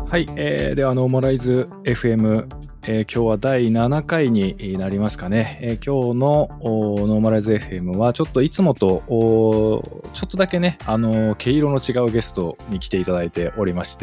はい、ではノーマライズ FM、今日は第7回になりますかね。今日のノーマライズ FM はちょっといつもとちょっとだけね、毛色の違うゲストに来ていただいておりまして、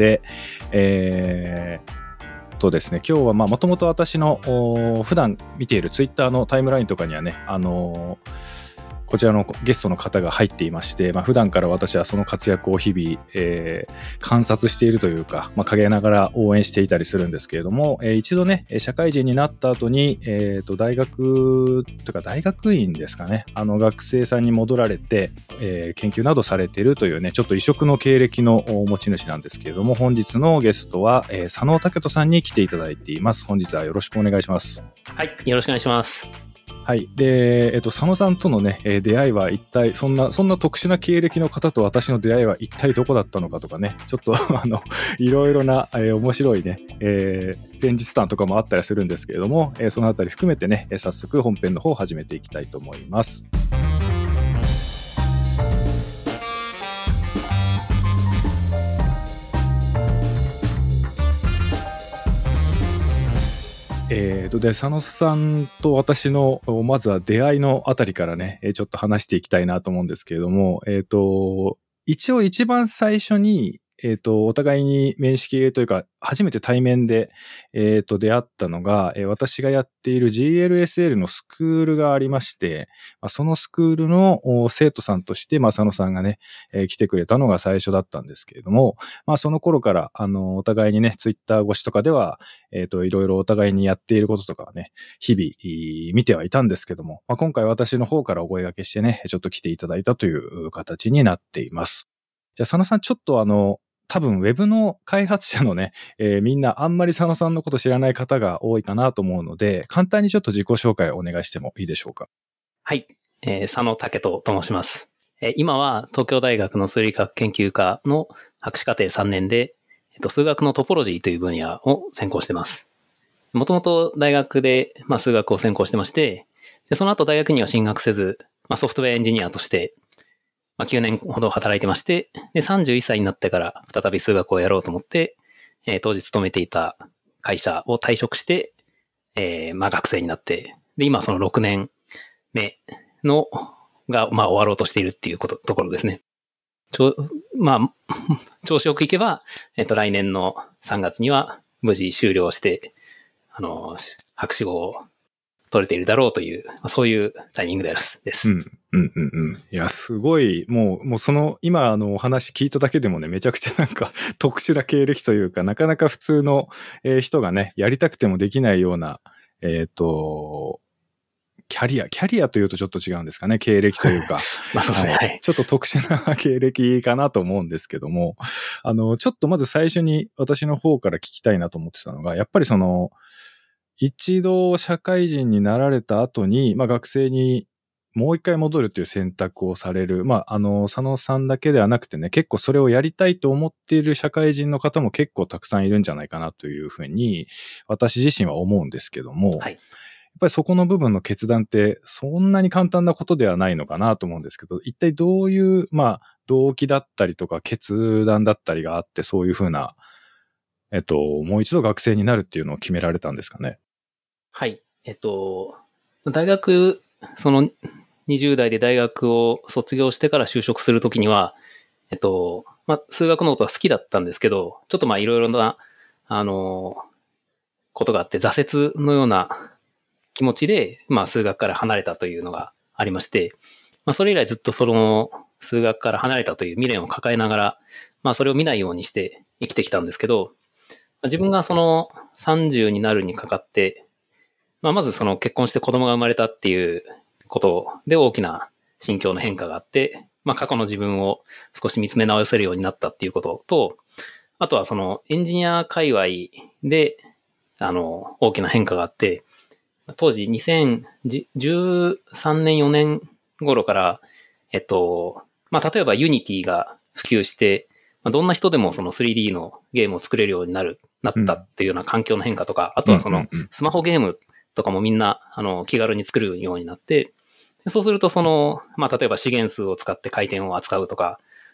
ですね、今日はもともと私の普段見ているツイッターのタイムラインとかにはね、こちらのゲストの方が入っていまして、普段から私はその活躍を日々、観察しているというか、陰ながら応援していたりするんですけれども、一度ね、社会人になった後に、大学とか大学院ですかね、学生さんに戻られて、研究などされているというね、ちょっと異色の経歴の持ち主なんですけれども、本日のゲストは、佐野武人さんに来ていただいています。本日はよろしくお願いします。 はい、よろしくお願いします。 はい。で、佐野さんとのね、出会いは一体、そんな特殊な経歴の方と私の出会いは一体どこだったのかとかね、ちょっといろいろな、面白いね、前日談とかもあったりするんですけれども、そのあたり含めてね、早速本編の方を始めていきたいと思います。で、佐野さんと私のまずは出会いのあたりからね、ちょっと話していきたいなと思うんですけれども、一応一番最初に、お互いに面識というか、初めて対面で、出会ったのが、私がやっている GLSL のスクールがありまして、そのスクールの生徒さんとして、佐野さんがね、来てくれたのが最初だったんですけれども、その頃から、お互いにね、ツイッター越しとかでは、いろいろお互いにやっていることとかはね、日々見てはいたんですけども、今回私の方からお声掛けしてね、ちょっと来ていただいたという形になっています。じゃあ佐野さん、ちょっと多分ウェブの開発者のね、みんなあんまり佐野さんのこと知らない方が多いかなと思うので、簡単にちょっと自己紹介をお願いしてもいいでしょうか。 はい、佐野武人と申します。今は東京大学の数理学研究科の博士課程3年で、数学のトポロジーという分野を専攻してます。もともと大学で、数学を専攻してまして、でその後大学には進学せず、ソフトウェアエンジニアとして、9年ほど働いてまして、で31歳になってから再び数学をやろうと思って、当時勤めていた会社を退職して、学生になって、で今その6年目のが、終わろうとしているっていうところですね。調子よくいけば、来年の3月には無事終了して、博士号を取れているだろうという、そういうタイミングです。 いや、すごい、もうその、今お話聞いただけでもね、めちゃくちゃなんか特殊な経歴というか、なかなか普通の人がね、やりたくてもできないような、キャリアというとちょっと違うんですかね、経歴というか。 そうですね、はい。 ちょっと特殊な経歴かなと思うんですけども、ちょっとまず最初に私の方から聞きたいなと思ってたのが、やっぱり一度社会人になられた後に、学生にもう一回戻るという選択をされる。佐野さんだけではなくてね、結構それをやりたいと思っている社会人の方も結構たくさんいるんじゃないかなというふうに、私自身は思うんですけども、 はい。 やっぱりそこの部分の決断ってそんなに簡単なことではないのかなと思うんですけど、一体どういう、動機だったりとか決断だったりがあって、そういうふうな、もう一度学生になるっていうのを決められたんですかね。 はい。大学、その20代で大学を卒業してから就職するときには、数学のことは好きだったんですけど、ちょっといろいろな、ことがあって挫折のような気持ちで、数学から離れたというのがありまして、それ以来ずっとその数学から離れたという未練を抱えながら、それを見ないようにして生きてきたんですけど、自分がその30になるにかかって、まずその結婚して子供が生まれたっていうことで大きな心境の変化があって、過去の自分を少し見つめ直せるようになったっていうことと、あとはそのエンジニア界隈で、大きな変化があって、当時2013年4年頃から、例えばユニティが普及して、どんな人でもその 3D のゲームを作れるようになったっていうような環境の変化とか、あとはそのスマホゲームとかもみんな気軽に作るようになって、そうすると例えば資源数を使って回転を扱うとか、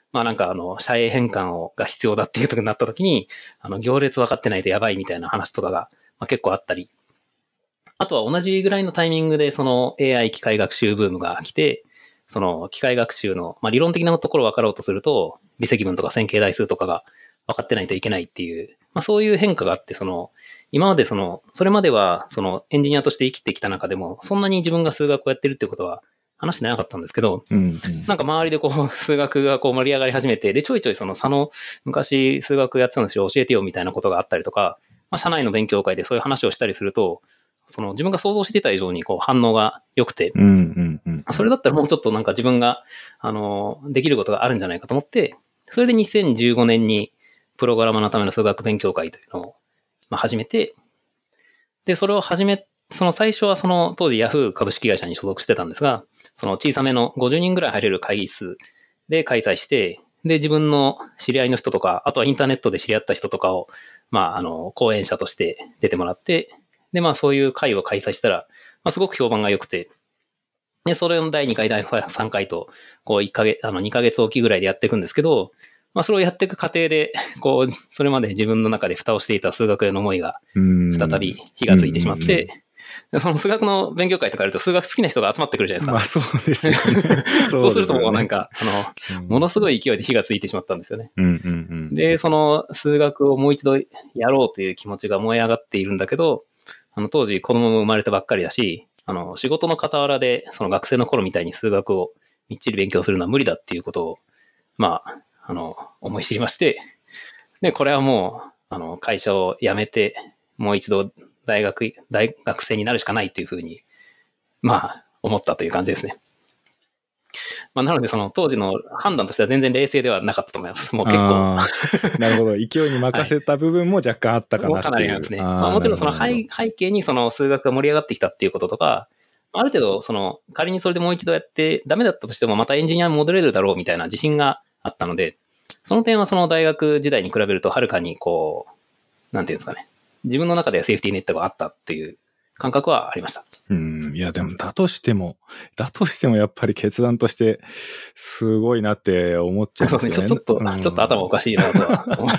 まあなんか遮影変換が必要だっていうことになった時に、行列分かってないとやばいみたいな話とかが、まあ、結構あったり、あとは同じぐらいのタイミングでその AI 機械学習ブームが来て、その機械学習の、まあ理論的なところを分かろうとすると、微積分とか線形代数とかが分かってないといけないっていう、まあそういう変化があって、今までそれまではエンジニアとして生きてきた中でも、そんなに自分が数学をやってるってことは話してなかったんですけど、なんか周りで数学が盛り上がり始めて、で、ちょいちょい昔数学やってたんですよ、教えてよみたいなことがあったりとか、まあ社内の勉強会でそういう話をしたりすると、自分が想像してた以上に反応が良くて、それだったらもうちょっとなんか自分が、できることがあるんじゃないかと思って、それで2015年にプログラマーのための数学勉強会というのを、まあ、始めて、で、それを最初は当時 Yahoo 株式会社に所属してたんですが、小さめの50人ぐらい入れる会議室で開催して、で、自分の知り合いの人とか、あとはインターネットで知り合った人とかを、まあ、講演者として出てもらって、で、まあ、そういう会を開催したら、まあ、すごく評判が良くて、で、それの第2回、第3回と、2ヶ月おきぐらいでやっていくんですけど、まあ、それをやっていく過程で、それまで自分の中で蓋をしていた数学への思いが、再び火がついてしまって、その数学の勉強会とかやると数学好きな人が集まってくるじゃないですか。 まあそうですよね。 そうするともうなんか、ものすごい勢いで火がついてしまったんですよね。で、その数学をもう一度やろうという気持ちが燃え上がっているんだけど、当時子供も生まれたばっかりだし、仕事の傍らで、その学生の頃みたいに数学をみっちり勉強するのは無理だっていうことを、まあ、思い知りまして、で、これはもう、会社を辞めて、もう一度大学生になるしかないっていうふうに、まあ、思ったという感じですね。まあ、なので、当時の判断としては全然冷静ではなかったと思います。もう結構。 なるほど。勢いに任せた部分も若干あったかなっていう。 かなりなんですね。まあ、もちろん背景に数学が盛り上がってきたっていうこととか、ある程度、仮にそれでもう一度やってダメだったとしてもまたエンジニアに戻れるだろうみたいな自信があったので、その点は大学時代に比べるとはるかになんていうんですかね。自分の中ではセーフティーネットがあったっていう感覚はありました。 いや、でも、だとしてもやっぱり決断として、すごいなって思っちゃいますよね。 ちょっと頭おかしいなとは思います。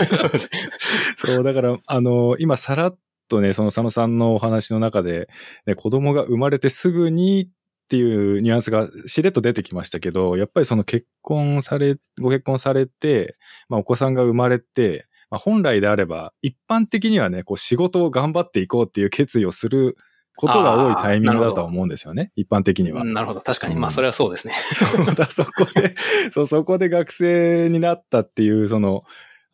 そう、だから、今、さらっとね、その佐野さんのお話の中で、ね、子供が生まれてすぐにっていうニュアンスがしれっと出てきましたけど、やっぱりご結婚されて、まあ、お子さんが生まれて、まあ、本来であれば、一般的にはね、仕事を頑張っていこうっていう決意をすることが多いタイミングだとは思うんですよね。一般的には。 なるほど。確かに。まあ、それはそうですね。 そこで学生になったっていう、部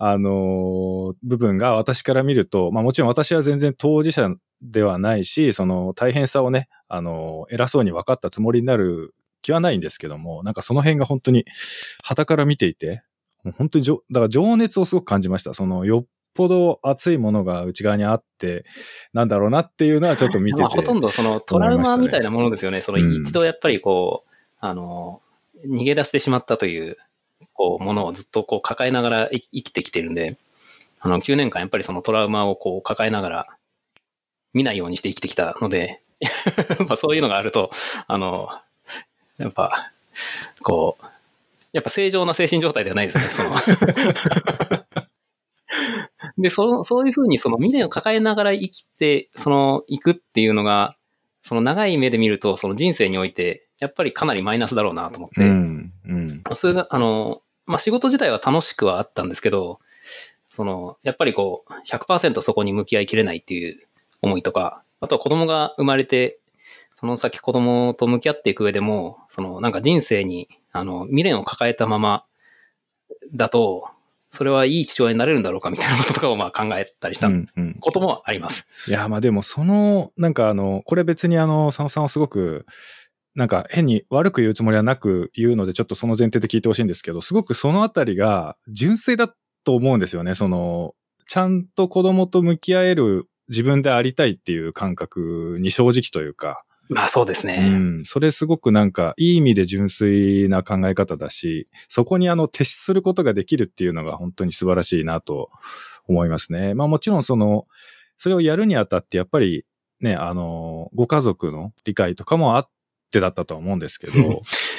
分が私から見ると、まあもちろん私は全然当事者ではないし、大変さをね、偉そうに分かったつもりになる気はないんですけども、なんかその辺が本当に傍から見ていて、本当にだから情熱をすごく感じました。よっぽど熱いものが内側にあって、なんだろうなっていうのはちょっと見てて、 まあほとんどトラウマみたいなものですよね。一度やっぱり逃げ出してしまったという、ものをずっと抱えながら生きてきてるんで、9年間やっぱりそのトラウマを抱えながら見ないようにして生きてきたので、まあそういうのがあると、やっぱ、やっぱ正常な精神状態ではないですね、で、そういうふうに未練を抱えながら生きて、行くっていうのが、長い目で見ると、人生において、やっぱりかなりマイナスだろうなと思って、それが、まあ、仕事自体は楽しくはあったんですけど、やっぱり100% そこに向き合いきれないっていう思いとか、あとは子供が生まれて、その先子供と向き合っていく上でも、なんか人生に、未練を抱えたままだと、それはいい父親になれるんだろうかみたいなこととかをまあ考えたりしたこともあります。 いや、まあでもなんかこれ別に佐野さんをすごく、なんか変に悪く言うつもりはなく言うので、ちょっとその前提で聞いてほしいんですけど、すごくそのあたりが純粋だと思うんですよね。ちゃんと子供と向き合える自分でありたいっていう感覚に正直というか。 まあそうですね。 それすごくなんかいい意味で純粋な考え方だし、そこに徹することができるっていうのが本当に素晴らしいなと思いますね。まあもちろんそれをやるにあたってやっぱりね、ご家族の理解とかもあってだったとは思うんですけど。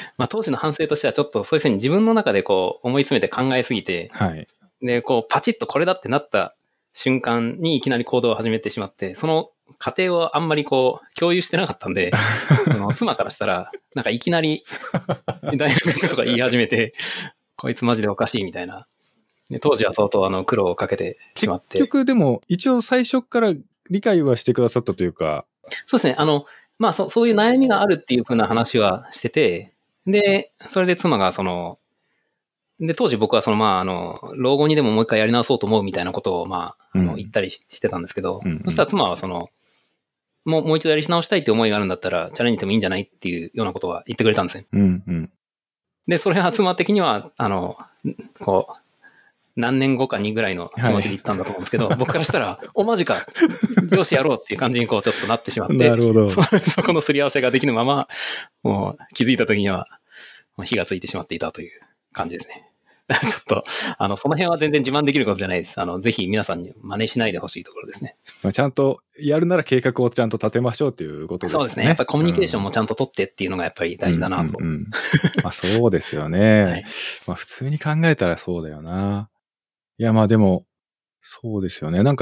まあ当時の反省としてはちょっとそういうふうに自分の中でこう思い詰めて考えすぎて、 はい。 で、こうパチッとこれだってなった瞬間にいきなり行動を始めてしまって、その過程をあんまりこう共有してなかったんで、妻からしたら、なんかいきなり大学行くとか言い始めて、こいつマジでおかしいみたいな。で当時は相当苦労をかけてしまって。 結局でも一応最初から理解はしてくださったというか。 そうですね。まあそういう悩みがあるっていう風な話はしてて、で、それで妻がで、当時僕は老後にでももう一回やり直そうと思うみたいなことを、言ったりしてたんですけど、そしたら妻はもう一度やり直したいって思いがあるんだったら、チャレンジでもいいんじゃないっていうようなことは言ってくれたんですね。 うんうん、 で、それは妻的には、こう、何年後かにぐらいの気持ちで言ったんだと思うんですけど、はい、僕からしたら、マジか、上司やろうっていう感じにこうちょっとなってしまって、 なるほど。 そこのすり合わせができぬまま、もう気づいた時には火がついてしまっていたという感じですね。ちょっと、その辺は全然自慢できることじゃないです。ぜひ皆さんに真似しないでほしいところですね。 ちゃんとやるなら計画をちゃんと立てましょうっていうことですね。 そうですね。やっぱりコミュニケーションもちゃんと取ってっていうのがやっぱり大事だなと。 そうですよね。 はい、 普通に考えたらそうだよな。いや、でも、そうですよね。なんか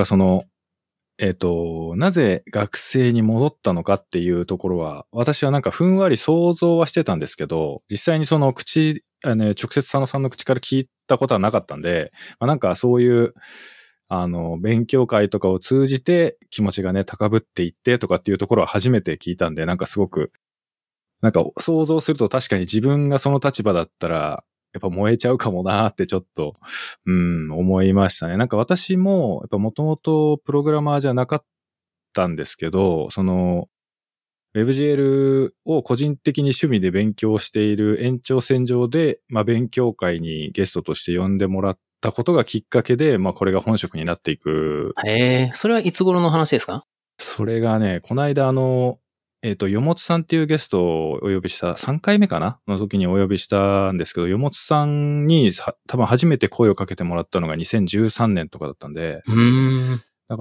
なぜ学生に戻ったのかっていうところは、私はなんかふんわり想像はしてたんですけど、実際に直接佐野さんの口から聞いたことはなかったんで、なんかそういう、勉強会とかを通じて気持ちがね、高ぶっていってとかっていうところは初めて聞いたんで、なんかすごく、なんか想像すると確かに自分がその立場だったら、やっぱ燃えちゃうかもなーってちょっと、思いましたね。なんか私も、やっぱもともとプログラマーじゃなかったんですけど、WebGL を個人的に趣味で勉強している延長線上で、勉強会にゲストとして呼んでもらったことがきっかけで、これが本職になっていく。 それはいつ頃の話ですか？それがね、この間よもつさんっていうゲストをお呼びした、3回目かなの時にお呼びしたんですけど、よもつさんに多分初めて声をかけてもらったのが2013年とかだったんで、だから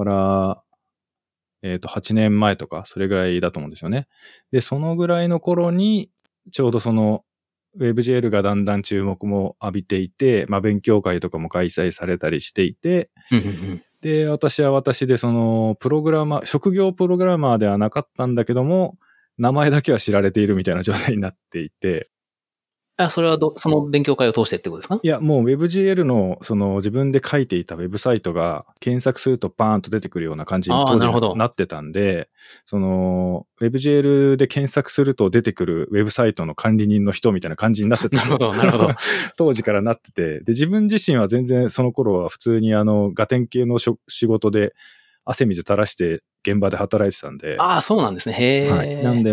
、8年前とか、それぐらいだと思うんですよね。で、そのぐらいの頃に、ちょうどWebGL がだんだん注目も浴びていて、勉強会とかも開催されたりしていて、で、私は私で職業プログラマーではなかったんだけども、名前だけは知られているみたいな状態になっていて。 それはその勉強会を通してってことですか？ いや、もう WebGL の自分で書いていたウェブサイトが検索するとバーンと出てくるような感じに当時なってたんで、WebGL で検索すると出てくるウェブサイトの管理人の人みたいな感じになってたんですよ。 なるほど。 当時からなってて。で、自分自身は全然その頃は普通にガテン系の仕事で汗水垂らして現場で働いてたんで。 そうなんですね。へー。 はい。なんで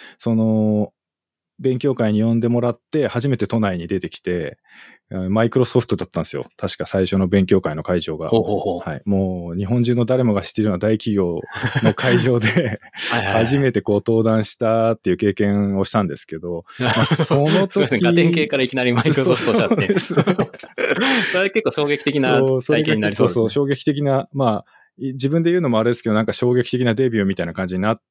勉強会に呼んでもらって初めて都内に出てきて、マイクロソフトだったんですよ。確か最初の勉強会の会場が。はい。もう日本中の誰もが知っているような大企業の会場で初めて登壇したっていう経験をしたんですけど、その時ガテン系からいきなりマイクロソフトじゃって。それ結構衝撃的な体験になりそうですね。 そう、衝撃的な、自分で言うのもあれですけど、なんか衝撃的なデビューみたいな感じになって、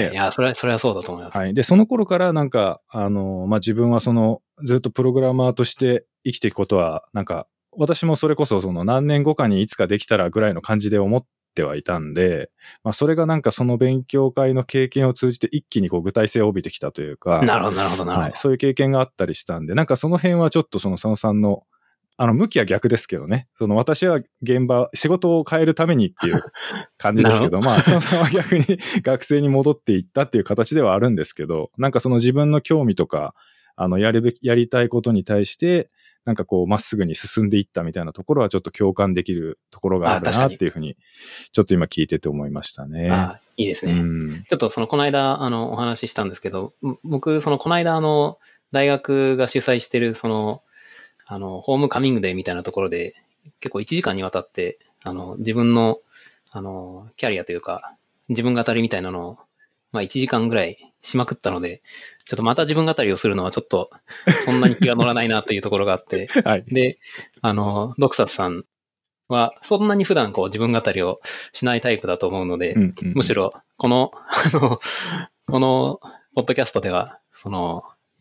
いや、それはそうだと思います。 はい。で、その頃からなんか、自分はずっとプログラマーとして生きていくことは、なんか、私もそれこそ何年後かにいつかできたらぐらいの感じで思ってはいたんで、それがなんかその勉強会の経験を通じて一気に具体性を帯びてきたというか、 なるほど。 はい。そういう経験があったりしたんで、なんかその辺はちょっと佐野さんの、向きは逆ですけどね。私は仕事を変えるためにっていう感じですけど、佐野さんは逆に学生に戻っていったっていう形ではあるんですけど、なんか自分の興味とか、やりたいことに対して、なんかまっすぐに進んでいったみたいなところはちょっと共感できるところがあるなっていうふうに、ちょっと今聞いてて思いましたね。 いいですね。ちょっとこの間、お話ししたんですけど、僕、この間、大学が主催してる、ホームカミングデーみたいなところで、結構1時間にわたって、自分の、キャリアというか、自分語りみたいなのを、1時間ぐらいしまくったので、ちょっとまた自分語りをするのはちょっと、そんなに気が乗らないなというところがあって、 はい、で、 ドクサスさんは、そんなに普段自分語りをしないタイプだと思うので、むしろ、このポッドキャストでは、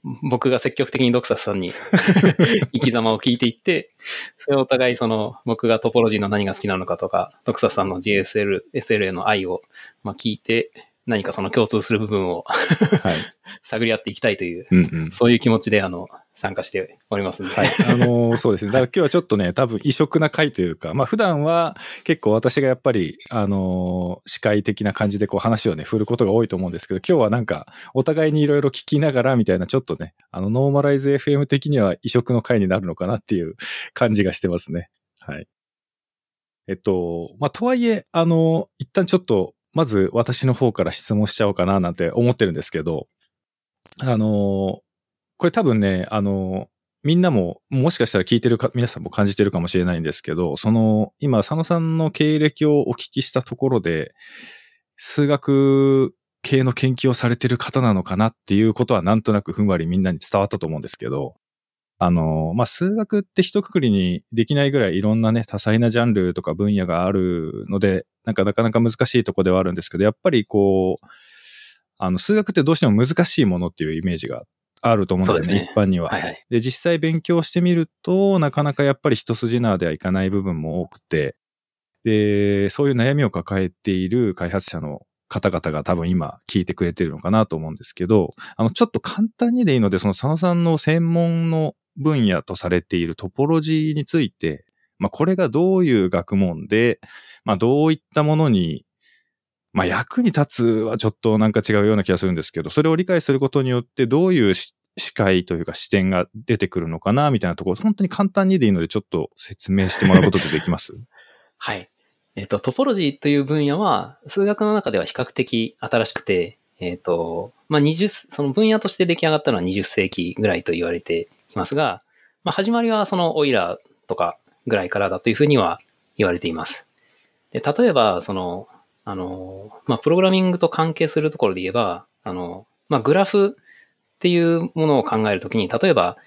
僕が積極的にドクサスさんに生き様を聞いていって、それをお互い僕がトポロジーの何が好きなのかとか、ドクサスさんの GSL、SL への愛を聞いて、何か共通する部分をはい、探り合っていきたいという、そういう気持ちで参加しておりますので。 はい。そうですね。だから今日はちょっとね、多分異色な回というか、普段は結構私がやっぱり、司会的な感じで話をね、振ることが多いと思うんですけど、今日はなんか、お互いにいろいろ聞きながらみたいな、ちょっとね、ノーマライズ FM 的には異色の回になるのかなっていう感じがしてますね。はい。とはいえ、一旦ちょっと、まず私の方から質問しちゃおうかななんて思ってるんですけど、これ多分ね、みんなも、もしかしたら聞いてる皆さんも感じてるかもしれないんですけど、今、佐野さんの経歴をお聞きしたところで、数学系の研究をされてる方なのかなっていうことはなんとなくふんわりみんなに伝わったと思うんですけど、数学って一括りにできないぐらいいろんなね、多彩なジャンルとか分野があるので、なかなか難しいところではあるんですけど、やっぱり数学ってどうしても難しいものっていうイメージがあると思うんですよね、一般には。 はいはい。 で、実際勉強してみると、なかなかやっぱり一筋縄ではいかない部分も多くて、で、そういう悩みを抱えている開発者の方々が多分今聞いてくれてるのかなと思うんですけど、ちょっと簡単にでいいので、佐野さんの専門の分野とされているトポロジーについて、これがどういう学問で、どういったものに役に立つはちょっとなんか違うような気がするんですけど、それを理解することによってどういう視界というか視点が出てくるのかなみたいなところ、本当に簡単にでいいのでちょっと説明してもらうことってできますはい。トポロジーという分野は、数学の中では比較的新しくて、その分野として出来上がったのは20世紀ぐらいと言われていますが、始まりはオイラーとかぐらいからだというふうには言われています。で、例えば、プログラミングと関係するところで言えば、グラフっていうものを考えるときに、例えば、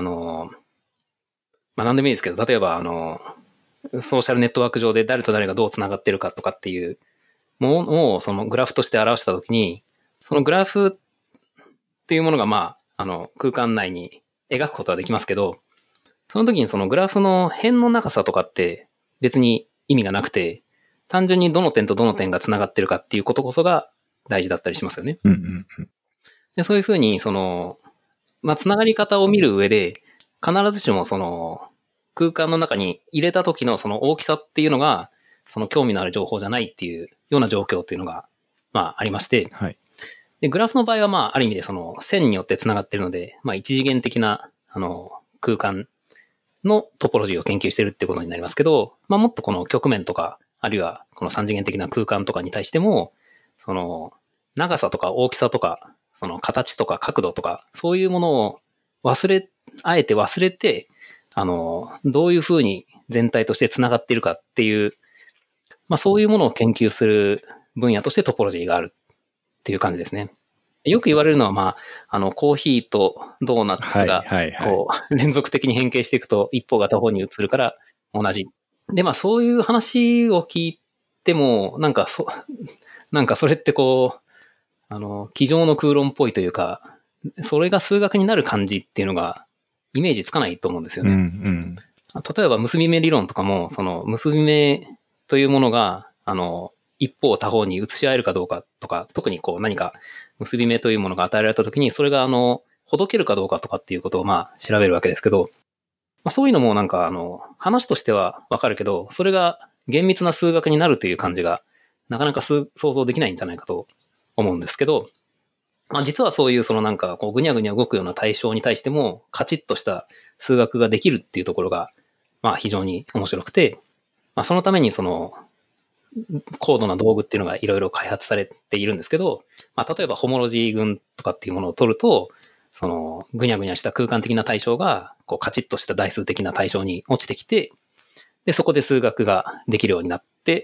何でもいいですけど、例えば、ソーシャルネットワーク上で誰と誰がどう繋がってるかとかっていうものをそのグラフとして表したときに、そのグラフっていうものが空間内に描くことはできますけど、その時にそのグラフの辺の長さとかって別に意味がなくて、単純にどの点とどの点が繋がってるかっていうことこそが大事だったりしますよね。でそういうふうに繋がり方を見る上で、必ずしも空間の中に入れた時のその大きさっていうのが、興味のある情報じゃないっていうような状況っていうのが、ありまして、 はい。 で、グラフの場合はある意味で線によって繋がってるので、一次元的な、空間のトポロジーを研究してるってことになりますけど、もっとこの曲面とか、あるいはこの三次元的な空間とかに対しても、長さとか大きさとか、形とか角度とか、そういうものをあえて忘れて、どういうふうに全体として繋がっているかっていう、そういうものを研究する分野としてトポロジーがあるっていう感じですね。よく言われるのは、コーヒーとドーナツが、連続的に変形していくと一方が他方に移るから同じ。で、そういう話を聞いても、なんかそれって机上の空論っぽいというか、それが数学になる感じっていうのが、イメージつかないと思うんですよね。例えば結び目理論とかも、結び目というものが、一方他方に移し合えるかどうかとか、特に何か結び目というものが与えられたときに、それがほどけるかどうかとかっていうことを調べるわけですけど、そういうのもなんか話としてはわかるけど、それが厳密な数学になるという感じが、なかなか想像できないんじゃないかと思うんですけど、実はそういうぐにゃぐにゃ動くような対象に対しても、カチッとした数学ができるっていうところが、非常に面白くて、そのために高度な道具っていうのがいろいろ開発されているんですけど、例えばホモロジー群とかっていうものを取ると、ぐにゃぐにゃした空間的な対象が、カチッとした代数的な対象に落ちてきて、で、そこで数学ができるようになって、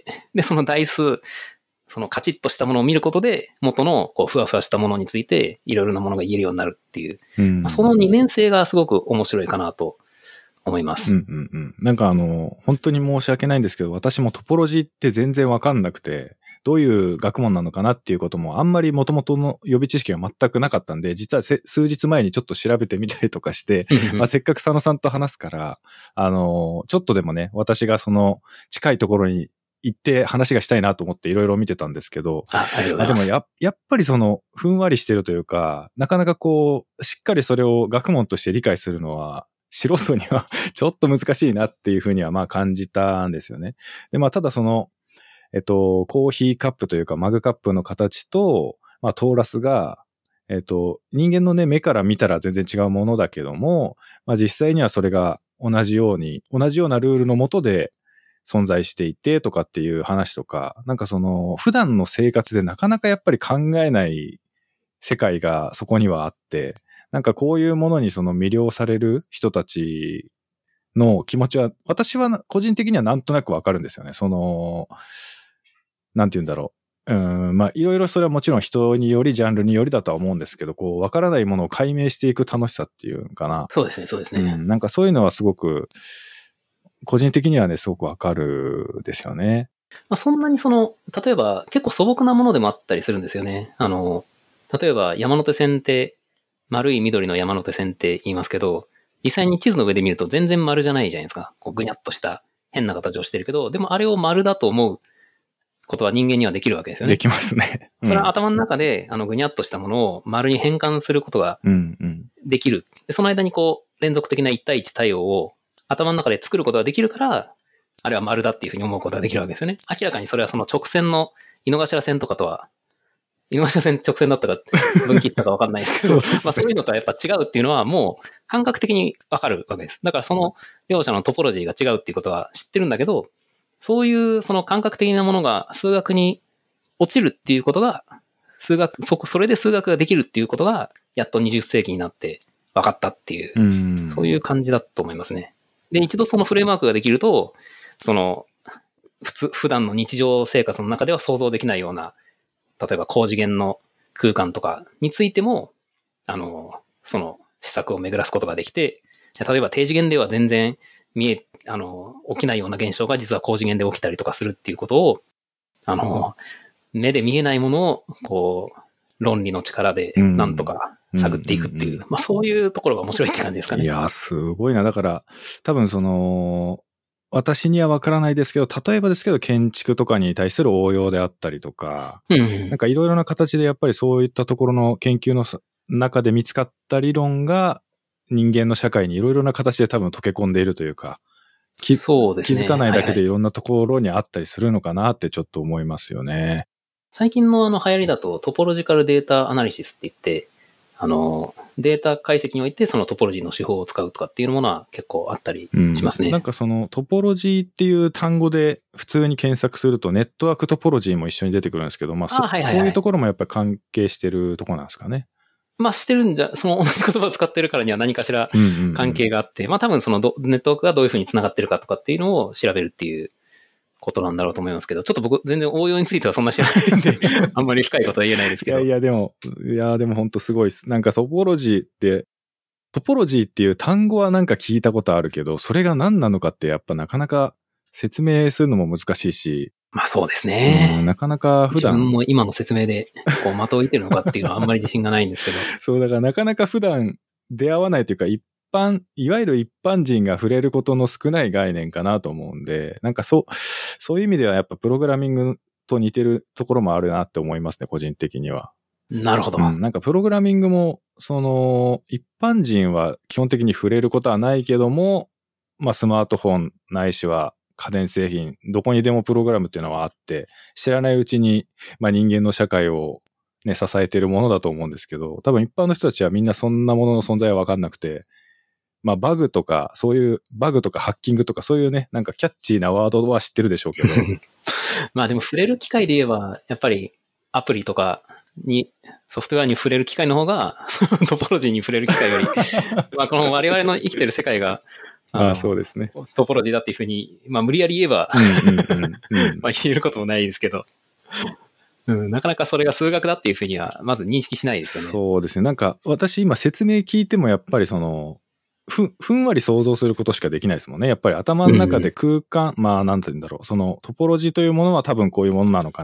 で、その代数、カチッとしたものを見ることで、元のふわふわしたものについて、いろいろなものが言えるようになるっていう、その二面性がすごく面白いかなと思います。 なんか本当に申し訳ないんですけど、私もトポロジーって全然わかんなくて、 どういう学問なのかなっていうこともあんまり元々の予備知識が全くなかったんで、実は数日前にちょっと調べてみたりとかして、せっかく佐野さんと話すから、ちょっとでもね、私がその近いところに行って話がしたいなと思っていろいろ見てたんですけど、でもやっぱりその、ふんわりしてるというか、なかなかこう、しっかりそれを学問として理解するのは、素人にはちょっと難しいなっていうふうにはまあ感じたんですよね。で、まあただその、コーヒーカップというかマグカップの形と、まあトーラスが、人間のね、目から見たら全然違うものだけども、まあ実際にはそれが同じようなルールの下で存在していてとかっていう話とか、なんかその、普段の生活でなかなかやっぱり考えない世界がそこにはあって、なんかこういうものにその魅了される人たちの気持ちは、私は個人的にはなんとなくわかるんですよね。その、なんて言うんだろう。まあいろいろそれはもちろん人によりジャンルによりだとは思うんですけど、こうわからないものを解明していく楽しさっていうのかな。 そうですね、そうですね。 なんかそういうのはすごく、個人的にはね、すごくわかるですよね。 まあ、そんなにその、例えば結構素朴なものでもあったりするんですよね。例えば山手線って、丸い緑の山手線って言いますけど、実際に地図の上で見ると全然丸じゃないじゃないですか。こうぐにゃっとした変な形をしてるけど、でもあれを丸だと思うことは人間にはできるわけですよね。 できますね。 それは頭の中で、ぐにゃっとしたものを丸に変換することができる。でその間にこう、連続的な1対1対応を頭の中で作ることができるから、あれは丸だっていうふうに思うことができるわけですよね。明らかにそれはその直線の井の頭線とかとは、井の頭線直線だったか分岐したか分かんないですけど、そうですね。まあそういうのとはやっぱ違うっていうのはもう感覚的に分かるわけです。だからその両者のトポロジーが違うっていうことは知ってるんだけど、そういうその感覚的なものが数学に落ちるっていうことが、それで数学ができるっていうことが、やっと20世紀になって分かったっていう、そういう感じだと思いますね。で、一度そのフレームワークができると、その、普段の日常生活の中では想像できないような、例えば高次元の空間とかについても、その施策を巡らすことができて、例えば低次元では全然起きないような現象が実は高次元で起きたりとかするっていうことを、目で見えないものを、こう、論理の力でなんとか探っていくっていう、まあそういうところが面白いって感じですかね。 いや、すごいな。だから、多分その、私にはわからないですけど、例えばですけど、建築とかに対する応用であったりとか、なんかいろいろな形でやっぱりそういったところの研究の中で見つかった理論が、人間の社会にいろいろな形で多分溶け込んでいるというか、 そうですね。 気づかないだけでいろんなところにあったりするのかなってちょっと思いますよね。 最近の流行りだとトポロジカルデータアナリシスって言って、データ解析においてそのトポロジーの手法を使うとかっていうものは結構あったりしますね。 なんかそのトポロジーっていう単語で普通に検索するとネットワークトポロジーも一緒に出てくるんですけど、まあそういうところもやっぱり関係してるところなんですかね。 まあしてるんじゃ、その同じ言葉を使ってるからには何かしら関係があって、まあ多分そのネットワークがどういうふうに繋がってるかとかっていうのを調べるっていうことなんだろうと思いますけど、ちょっと僕全然応用についてはそんな知らないんで、あんまり深いことは言えないですけど。 いやでも本当すごいです。なんかトポロジーっていう単語はなんか聞いたことあるけど、それが何なのかってやっぱなかなか説明するのも難しいし。 まあそうですね。 なかなか普段。 自分も今の説明でこう的を置いてるのかっていうのはあんまり自信がないんですけど。 そう、だからなかなか普段出会わないというかいわゆる一般人が触れることの少ない概念かなと思うんで、なんかそういう意味ではやっぱプログラミングと似てるところもあるなって思いますね、個人的には。 なるほど。 なんかプログラミングも、その、一般人は基本的に触れることはないけども、まあスマートフォンないしは家電製品、どこにでもプログラムっていうのはあって、知らないうちに、まあ人間の社会をね、支えているものだと思うんですけど、多分一般の人たちはみんなそんなものの存在はわかんなくて、まあバグとか、そういうバグとかハッキングとかそういうね、なんかキャッチーなワードは知ってるでしょうけど。 まあでも触れる機会で言えば、やっぱりアプリとかに、ソフトウェアに触れる機会の方が、トポロジーに触れる機会より、まあこの我々の生きてる世界が、 そうですね。 トポロジーだっていうふうに、まあ無理やり言えば、まあ言えることもないですけど、なかなかそれが数学だっていうふうには、まず認識しないですよね。 そうですね。なんか私今説明聞いてもやっぱりその、ふんわり想像することしかできないですもんね。やっぱり頭の中で空間、まあなんて言うんだろう。そのトポロジーというものは多分こういうものなのかな。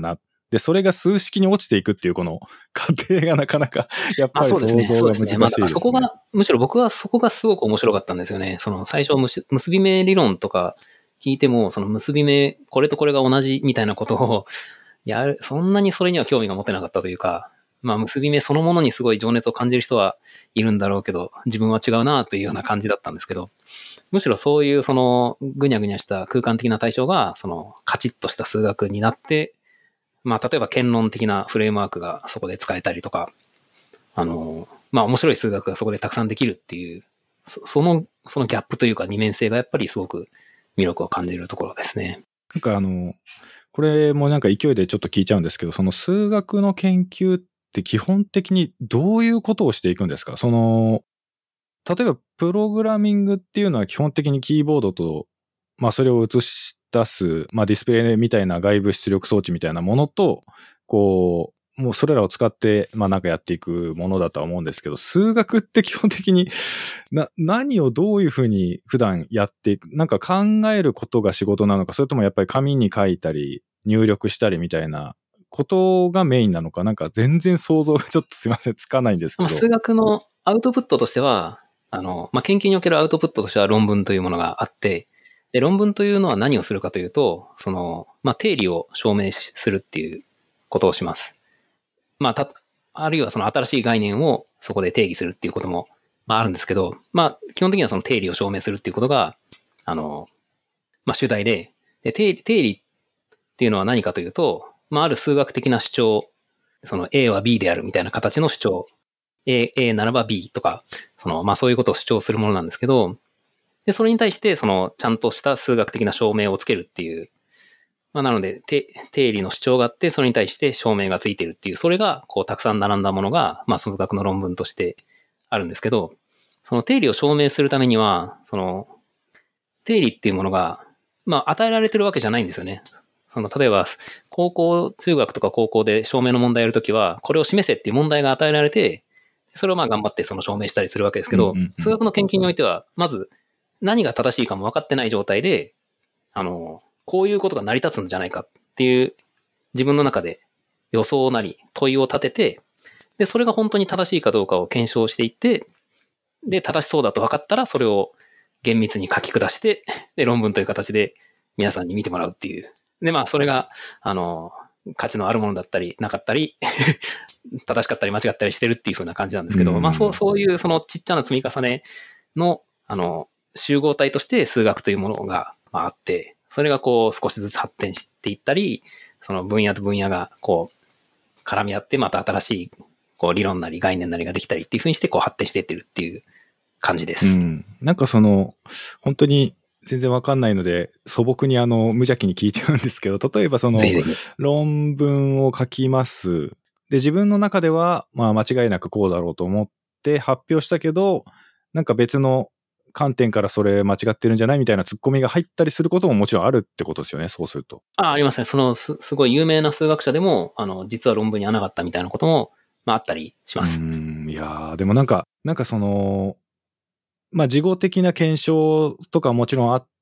で、それが数式に落ちていくっていうこの過程がなかなか、やっぱり想像が難しいですね。 まあ、そこが、むしろ僕はそこがすごく面白かったんですよね。その最初結び目理論とか聞いても、その結び目、これとこれが同じみたいなことをそんなにそれには興味が持てなかったというか、まあ結び目そのものにすごい情熱を感じる人はいるんだろうけど、自分は違うなというような感じだったんですけど、むしろそういうそのぐにゃぐにゃした空間的な対象が、そのカチッとした数学になって、まあ例えば堅論的なフレームワークがそこで使えたりとか、まあ面白い数学がそこでたくさんできるっていう、そのギャップというか二面性がやっぱりすごく魅力を感じるところですね。 なんかこれもなんか勢いでちょっと聞いちゃうんですけど、その数学の研究って基本的にどういうことをしていくんですか？例えばプログラミングっていうのは基本的にキーボードと、まあそれを映し出す、まあディスプレイみたいな外部出力装置みたいなものと、こう、もうそれらを使って、まあなんかやっていくものだとは思うんですけど、数学って基本的に何をどういうふうに普段やっていく、なんか考えることが仕事なのか、それともやっぱり紙に書いたり、入力したりみたいなことがメインなのか、なんか全然想像がちょっとすいません、つかないんですけど。 数学のアウトプットとしては、まあ、研究におけるアウトプットとしては論文というものがあって、で、論文というのは何をするかというと、まあ、定理を証明するっていうことをします。まあ、あるいはその新しい概念をそこで定義するっていうことも、まあ、あるんですけど、まあ、基本的にはその定理を証明するっていうことが、まあ、主題で、定理っていうのは何かというと、まあ、ある数学的な主張、その A は B であるみたいな形の主張、A ならば B とか、まあそういうことを主張するものなんですけど、で、それに対して、ちゃんとした数学的な証明をつけるっていう、まあなので、定理の主張があって、それに対して証明がついてるっていう、それが、こう、たくさん並んだものが、まあ数学の論文としてあるんですけど、その定理を証明するためには、定理っていうものが、まあ与えられてるわけじゃないんですよね。例えば、中学とか高校で証明の問題をやるときは、これを示せっていう問題が与えられて、それをまあ頑張ってその証明したりするわけですけど、数学の研究においては、まず何が正しいかも分かってない状態で、こういうことが成り立つんじゃないかっていう自分の中で予想なり問いを立てて、で、それが本当に正しいかどうかを検証していって、で、正しそうだと分かったらそれを厳密に書き下して、で、論文という形で皆さんに見てもらうっていう。で、まあ、それが、価値のあるものだったり、なかったり、正しかったり間違ったりしてるっていう風な感じなんですけど、まあ、そういうそのちっちゃな積み重ねの、集合体として数学というものがあって、それがこう少しずつ発展していったり、その分野と分野がこう絡み合って、また新しいこう理論なり概念なりができたりっていう風にしてこう発展していってるっていう感じです。 なんか本当に全然わかんないので、素朴に無邪気に聞いちゃうんですけど、例えば論文を書きます。で、自分の中では、まあ間違いなくこうだろうと思って発表したけど、なんか別の観点からそれ間違ってるんじゃないみたいなツッコミが入ったりすることももちろんあるってことですよね、そうすると。 ありますね。すごい有名な数学者でも、実は論文に穴があったみたいなことも、まああったりします。 いやー、でもなんかまあ、事後的な検証とかもちろんあって、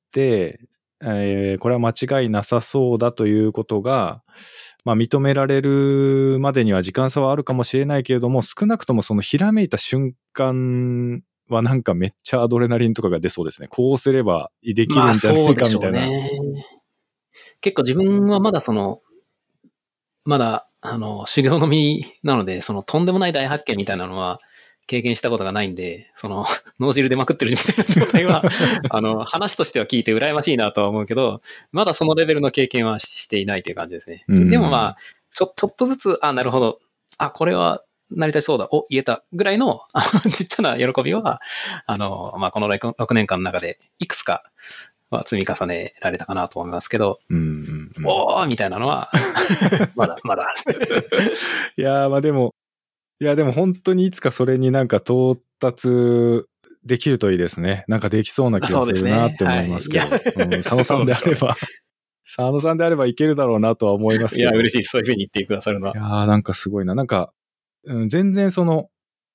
これは間違いなさそうだということが、まあ、認められるまでには時間差はあるかもしれないけれども、少なくともそのひらめいた瞬間はなんかめっちゃアドレナリンとかが出そうですね。こうすればできるんじゃないかみたいな。まあね、 結構自分はまだまだ、修行の身なので、とんでもない大発見みたいなのは、経験したことがないんで、脳汁出まくってるみたいな状態は、話としては聞いて羨ましいなとは思うけど、まだそのレベルの経験はしていないという感じですね。でもまあ、ちょっとずつ、なるほど。これは成り立ちそうだ。言えた。ぐらいの、ちっちゃな喜びは、まあ、この6年間の中で、いくつかは積み重ねられたかなと思いますけど、おーみたいなのは、まだ。 いやー、まあでも本当にいつかそれになんか到達できるといいですね。なんかできそうな気がするなって思いますけど。佐野さんであればいけるだろうなとは思いますけど。 いや、嬉しい。そういう風に言ってくださるのは。 いやー、なんかすごいな。なんか、全然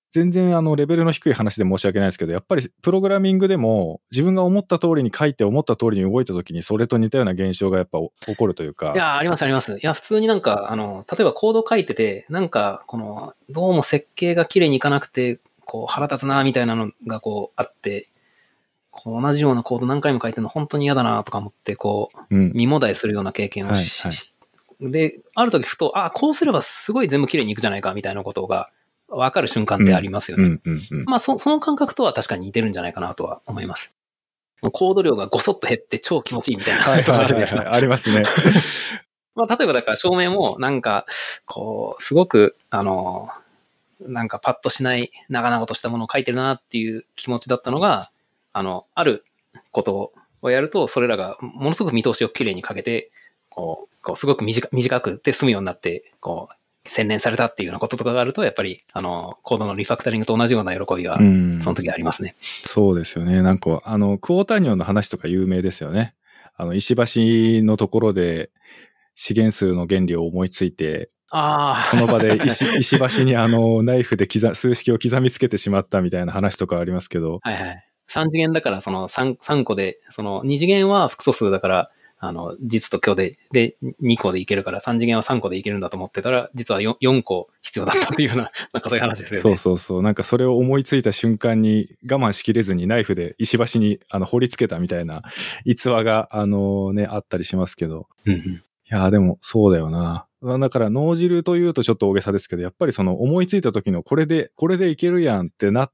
全然レベルの低い話で申し訳ないですけど、やっぱりプログラミングでも自分が思った通りに書いて思った通りに動いた時にそれと似たような現象がやっぱ起こるというか。 いや、ありますあります。いや、普通になんか、例えばコード書いてて、なんか、どうも設計が綺麗にいかなくて、腹立つな、みたいなのがあって、同じようなコード何回も書いてるの本当に嫌だな、とか思って、身もだえするような経験をで、ある時ふと、こうすればすごい全部綺麗にいくじゃないか、みたいなことが、わかる瞬間ってありますよね。まあその感覚とは確かに似てるんじゃないかなとは思います。コード量がごそっと減って超気持ちいいみたいなことがあるんですよ。 ありますね。 まあ例えばだから照明もなんか、すごく、なんかパッとしない長々としたものを書いてるなっていう気持ちだったのが、あることをやると、それらがものすごく見通しをきれいにかけて、すごく短くて済むようになって、洗練されたっていうようなこととかがあると、やっぱり、コードのリファクタリングと同じような喜びは、その時ありますね。 そうですよね。なんか、クォーターニョンの話とか有名ですよね。石橋のところで、資源数の原理を思いついて、その場で石橋にナイフで数式を刻みつけてしまったみたいな話とかありますけど。 はいはい。3次元だから、3個で、2次元は複素数だから、実と虚で2個でいけるから、3次元は3個でいけるんだと思ってたら、実は 4個必要だったっていうような、なんかそういう話ですよね。 そう。なんかそれを思いついた瞬間に我慢しきれずにナイフで石橋に掘り付けたみたいな逸話が、あったりしますけど。いや、でもそうだよな。だから脳汁というとちょっと大げさですけど、やっぱりその思いついた時のこれでいけるやんってなって、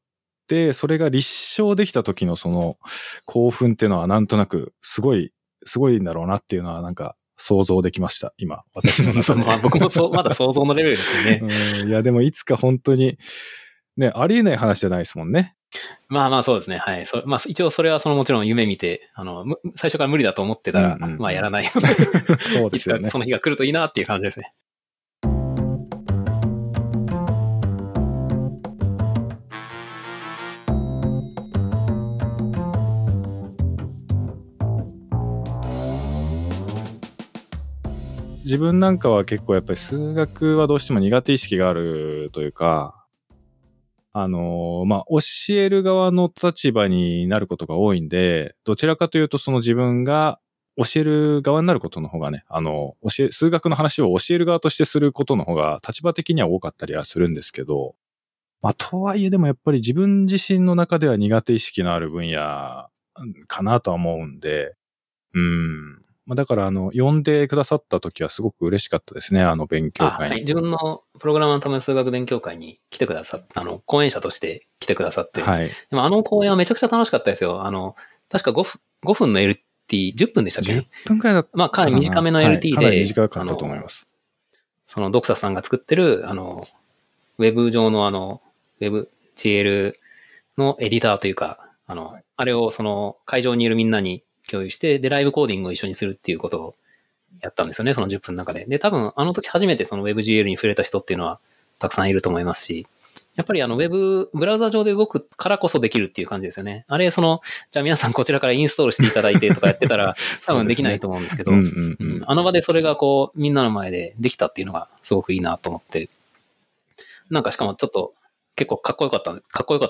それが立証できた時のその興奮っていうのはなんとなくすごいんだろうなっていうのはなんか想像できました、今。私の中で。 まあ僕もまだ想像のレベルですよね。いや、でもいつか本当に、ね、ありえない話じゃないですもんね。 まあそうですね。はい。まあ一応それはもちろん夢見て、最初から無理だと思ってたら、まあやらないので。 そうですよね。 いつかその日が来るといいなっていう感じですね。 自分なんかは結構やっぱり数学はどうしても苦手意識があるというか、まあ、教える側の立場になることが多いんで、どちらかというとその自分が教える側になることの方がね、数学の話を教える側としてすることの方が立場的には多かったりはするんですけど、まあ、とはいえでもやっぱり自分自身の中では苦手意識のある分野かなとは思うんで、まあ、だから呼んでくださった時はすごく嬉しかったですね、勉強会に。 はい。自分のプログラマーのための数学勉強会に来てくださって、講演者として来てくださって。 はい。 でも講演はめちゃくちゃ楽しかったですよ。確か5分の LT、10分でしたっけ ?10 分くらいだったかな。 まあ、かなり短めの LT で、 かなり短かったと思います。 そのドクサさんが作ってる、ウェブ上のウェブ GL のエディターというか、あれを会場にいるみんなに共有して、で、ライブコーディングを一緒にするっていうことをやったんですよね、その10分の中で。で、多分、時初めてその WebGL に触れた人っていうのはたくさんいると思いますし、やっぱりブラウザ上で動くからこそできるっていう感じですよね。あれ、じゃあ皆さんこちらからインストールしていただいてとかやってたら、多分できないと思うんですけど、あの場でそれがみんなの前でできたっていうのがすごくいいなと思って、なんかしかもちょっと、結構かっこよかったなと思います。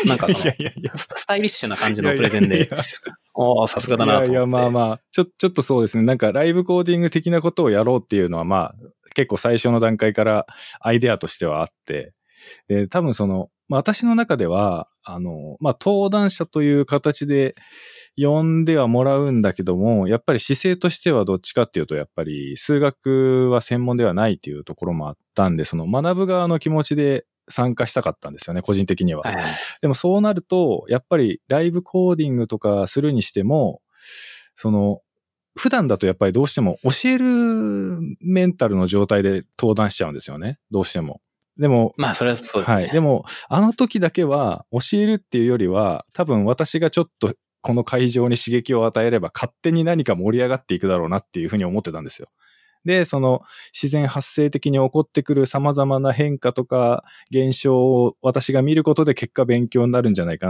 なんかスタイリッシュな感じのプレゼンで、さすがだなと思って。 いや、まあ、ちょっとそうですね。なんかライブコーディング的なことをやろうっていうのは、まあ、結構最初の段階からアイデアとしてはあって、で、多分まあ私の中では、まあ登壇者という形で呼んではもらうんだけども、やっぱり姿勢としてはどっちかっていうと、やっぱり数学は専門ではないっていうところもあったんで、学ぶ側の気持ちで参加したかったんですよね、個人的には。でもそうなると、やっぱりライブコーディングとかするにしても、普段だとやっぱりどうしても教えるメンタルの状態で登壇しちゃうんですよね、どうしても。でも、 まあそれはそうですね。 はい。でも、時だけは教えるっていうよりは、多分私がちょっとこの会場に刺激を与えれば勝手に何か盛り上がっていくだろうなっていうふうに思ってたんですよ。で、自然発生的に起こってくる様々な変化とか現象を私が見ることで結果勉強になるんじゃないかなっ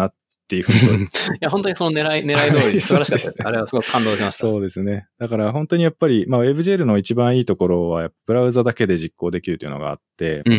っていうふうに。 いや、本当にその狙い通り素晴らしかったです。あれはすごく感動しました。 そうですね。だから本当にやっぱり、まあ WebGL の一番いいところは、ブラウザだけで実行できるというのがあって、 うん。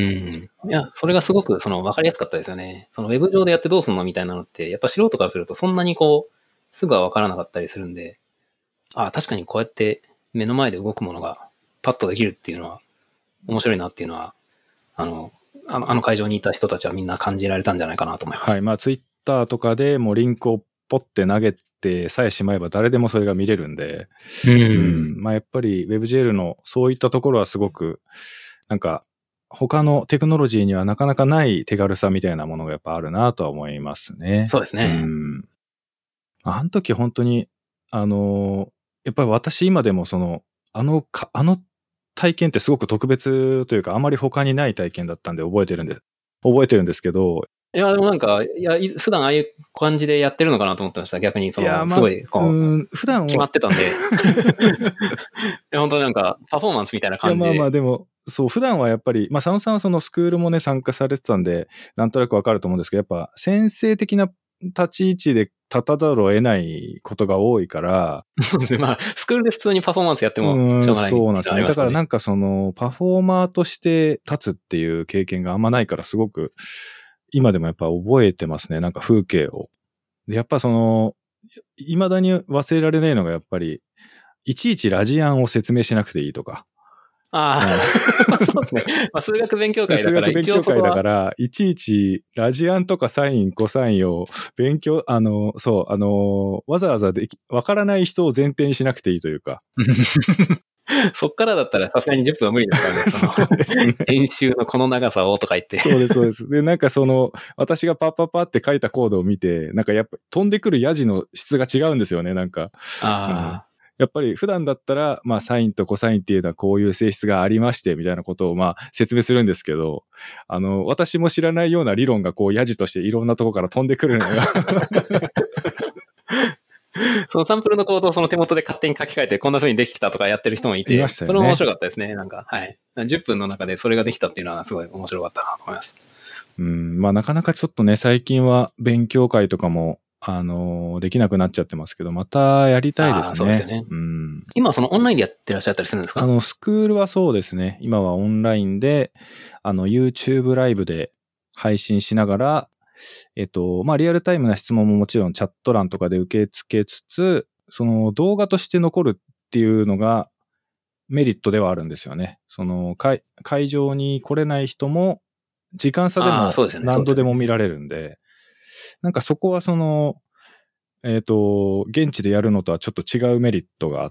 いや、それがすごく分かりやすかったですよね。そのウェブ上でやってどうすんのみたいなのって、やっぱ素人からするとそんなにすぐは分からなかったりするんで、確かにこうやって目の前で動くものがパッとできるっていうのは面白いなっていうのは、あの会場にいた人たちはみんな感じられたんじゃないかなと思います。 はい。まあ Twitter とかでもうリンクをポッて投げてさえしまえば誰でもそれが見れるんで、まあやっぱり WebGL のそういったところはすごく、なんか他のテクノロジーにはなかなかない手軽さみたいなものがやっぱあるなとは思いますね。 そうですね。 あの時本当に、やっぱり私今でもあの体験ってすごく特別というか、あまり他にない体験だったんで覚えてるんですけど。 いや、でも普段ああいう感じでやってるのかなと思ってました。逆に、すごい、 普段は決まってたんで。本当にパフォーマンスみたいな感じで。 いや、まあでも、そう、普段はやっぱり、まあ佐野さんはそのスクールもね、参加されてたんで、なんとなくわかると思うんですけど、やっぱ先生的な立ち位置で立たざるを得ないことが多いから。 そうですね。まあ、スクールで普通にパフォーマンスやってもしょうがない、 そうなんですね。だからパフォーマーとして立つっていう経験があんまないから、すごく、今でもやっぱ覚えてますね。風景を。でやっぱ未だに忘れられないのがやっぱり、いちいちラジアンを説明しなくていいとか。 そうですね。まあ、数学勉強会だから。 数学勉強会だから、いちいちラジアンとかサイン、コサインをわざわざわからない人を前提にしなくていいというか。 そっからだったらさすがに10分は無理ですからね。 そうですね。 演習のこの長さをとか言って。 そうです、そうです。で、私がパッパッパって書いたコードを見て、やっぱ飛んでくるヤジの質が違うんですよね、やっぱり普段だったら、まあ、サインとコサインっていうのはこういう性質がありまして、みたいなことをまあ、説明するんですけど、私も知らないような理論がヤジとしていろんなところから飛んでくるのが。 そのサンプルのコードをその手元で勝手に書き換えてこんな風にできたとかやってる人もいて、 いましたよね。 それも面白かったですね。はい。10分の中でそれができたっていうのはすごい面白かったなと思います。 まあなかなかちょっとね、最近は勉強会とかも、できなくなっちゃってますけど、ままたやりたいですね。 そうですよね。今はオンラインでやってらっしゃったりするんですか？ スクールはそうですね。今はオンラインで、YouTube ライブで配信しながら、まあリアルタイムな質問ももちろんチャット欄とかで受け付けつつ、動画として残るっていうのがメリットではあるんですよね。会場に来れない人も、時間差でも何度でも見られるんで、そこは現地でやるのとはちょっと違うメリットがあって、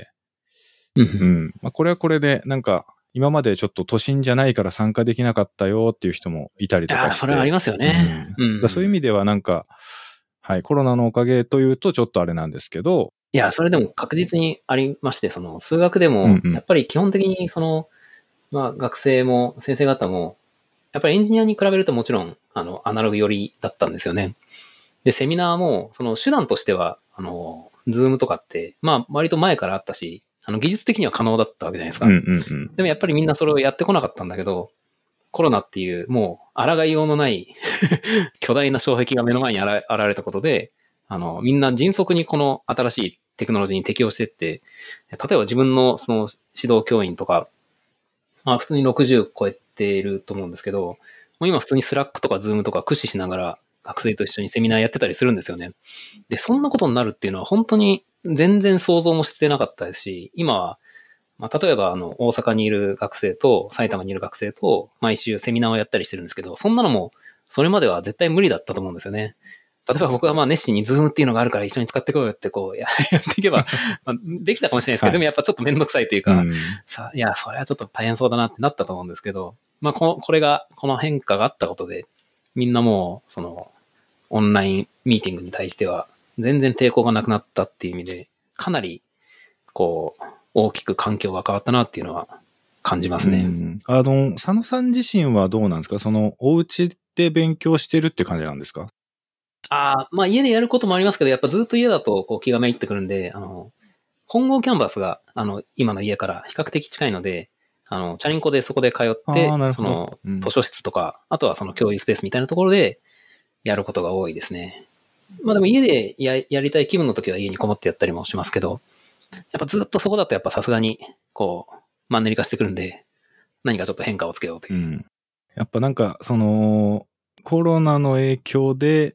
まあこれはこれで今までちょっと都心じゃないから参加できなかったよっていう人もいたりとかして。 それはありますよね。 そういう意味でははい、コロナのおかげというとちょっとあれなんですけど。 いや、それでも確実にありまして、数学でも、やっぱり基本的にまあ学生も先生方も、やっぱりエンジニアに比べるともちろん、アナログ寄りだったんですよね。で、セミナーも、手段としては、ズームとかって、まあ、割と前からあったし、技術的には可能だったわけじゃないですか。でもやっぱりみんなそれをやってこなかったんだけど、コロナっていう、もう、抗いようのない巨大な障壁が目の前に現れたことで、みんな迅速にこの新しいテクノロジーに適応していって、例えば自分の指導教員とか、まあ普通に60超えていると思うんですけど、もう今普通にスラックとかズームとか駆使しながら学生と一緒にセミナーやってたりするんですよね。で、そんなことになるっていうのは本当に全然想像もしてなかったですし、今は、まあ、例えば大阪にいる学生と埼玉にいる学生と毎週セミナーをやったりしてるんですけど、そんなのもそれまでは絶対無理だったと思うんですよね。例えば僕はまあ熱心にズームっていうのがあるから一緒に使ってこいよってやっていけば、まあ、できたかもしれないですけど、でもやっぱちょっとめんどくさいというか、いや、それはちょっと大変そうだなってなったと思うんですけど、まあこの変化があったことで、みんなもうオンラインミーティングに対しては全然抵抗がなくなったっていう意味で、かなり大きく環境が変わったなっていうのは感じますね。 佐野さん自身はどうなんですか？お家で勉強してるって感じなんですか？ まあ家でやることもありますけど、やっぱずっと家だと気がめいってくるんで、本郷キャンバスが、今の家から比較的近いので、チャリンコでそこで通って、図書室とか、あとは教諭スペースみたいなところでやることが多いですね。 まあでも家でやりたい気分の時は家にこもってやったりもしますけど、やっぱずっとそこだとやっぱさすがに、こう、マンネリ化してくるんで、何かちょっと変化をつけようという。 うん。やっぱなんか、コロナの影響で、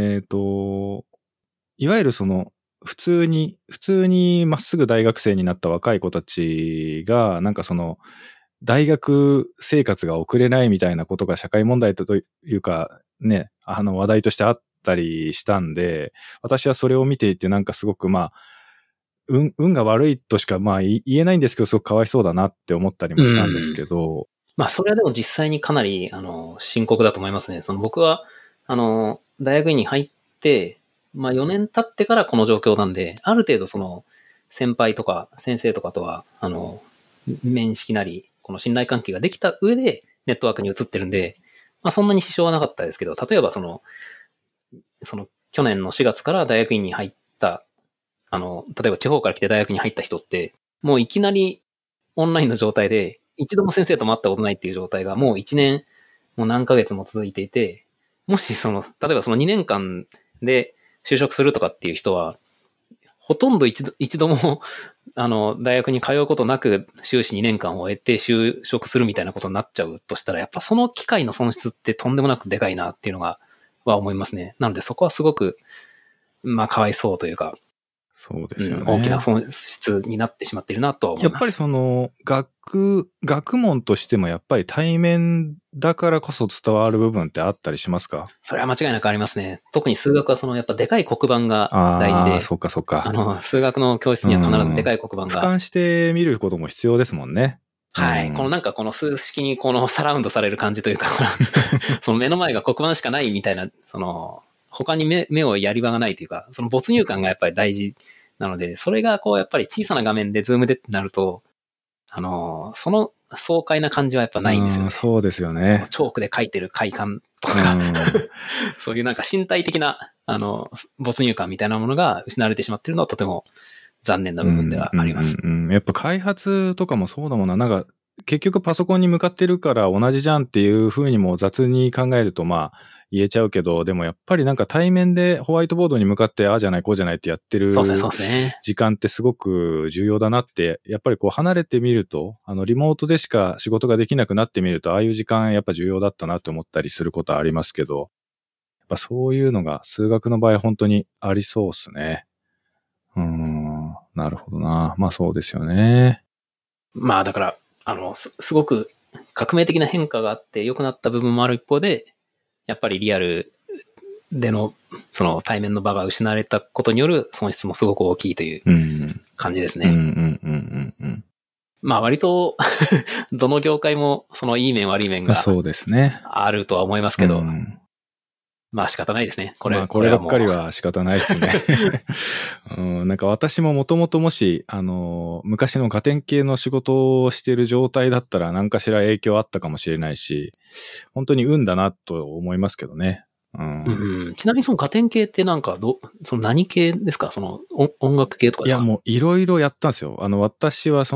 いわゆる普通にまっすぐ大学生になった若い子たちが、なんか大学生活が送れないみたいなことが社会問題というか、ね、話題としてあったりしたんで、私はそれを見ていてなんかすごく運が悪いとしか言えないんですけど、すごくかわいそうだなって思ったりもしたんですけど。 まあそれはでも実際にかなり、深刻だと思いますね。僕は、大学院に入って、まあ4年経ってからこの状況なんで、ある程度先輩とか先生とかとは、面識なり、この信頼関係ができた上でネットワークに移ってるんで、まあそんなに支障はなかったですけど、例えば去年の4月から大学院に入った、例えば地方から来て大学に入った人って、もういきなりオンラインの状態で、一度も先生と会ったことないっていう状態がもう1年、もう何ヶ月も続いていて、もし例えば2年間で就職するとかっていう人は、ほとんど一度も、大学に通うことなく修士2年間を終えて就職するみたいなことになっちゃうとしたら、やっぱその機会の損失ってとんでもなくでかいなっていうのは思いますね。なのでそこはすごく、まあかわいそうというか、 そうですよね。 大きな損失になってしまっているなとは思います。 やっぱり学問としてもやっぱり対面だからこそ伝わる部分ってあったりしますか？ それは間違いなくありますね。特に数学はやっぱでかい黒板が大事で。 そうかそうか。 数学の教室には必ずでかい黒板が。 俯瞰して見ることも必要ですもんね。 はい。なんかこの数式にサラウンドされる感じというか、目の前が黒板しかないみたいな、他に目をやり場がないというか、没入感がやっぱり大事なので、それがやっぱり小さな画面でズームでってなると、その爽快な感じはやっぱないんですよね。 そうですよね。 チョークで描いてる快感とか、そういうなんか身体的な、没入感みたいなものが失われてしまっているのはとても残念な部分ではあります。 やっぱ開発とかもそうだもんな。なんか、結局パソコンに向かってるから同じじゃんっていう風にも雑に考えると言えちゃうけど、でもやっぱりなんか対面でホワイトボードに向かってああじゃないこうじゃないってやってる時間ってすごく重要だなって、やっぱり離れてみると、リモートでしか仕事ができなくなってみると、ああいう時間やっぱ重要だったなって思ったりすることはありますけど、やっぱそういうのが数学の場合本当にありそうですね。なるほどな。まあそうですよね。 まあだから、すごく革命的な変化があって良くなった部分もある一方で、やっぱりリアルでの対面の場が失われたことによる損失もすごく大きいという感じですね。まあ割とどの業界もいい面悪い面がそうですね。 あるとは思いますけど、まあ仕方ないですね。こればっかりは仕方ないですね。なんか私ももともし、昔のガテン系の仕事をしている状態だったら何かしら影響あったかもしれないし、本当に運だなと思いますけどね。 ちなみにガテン系ってなんか何系ですか？音楽系とかですか？ いやもういろいろやったんですよ。私は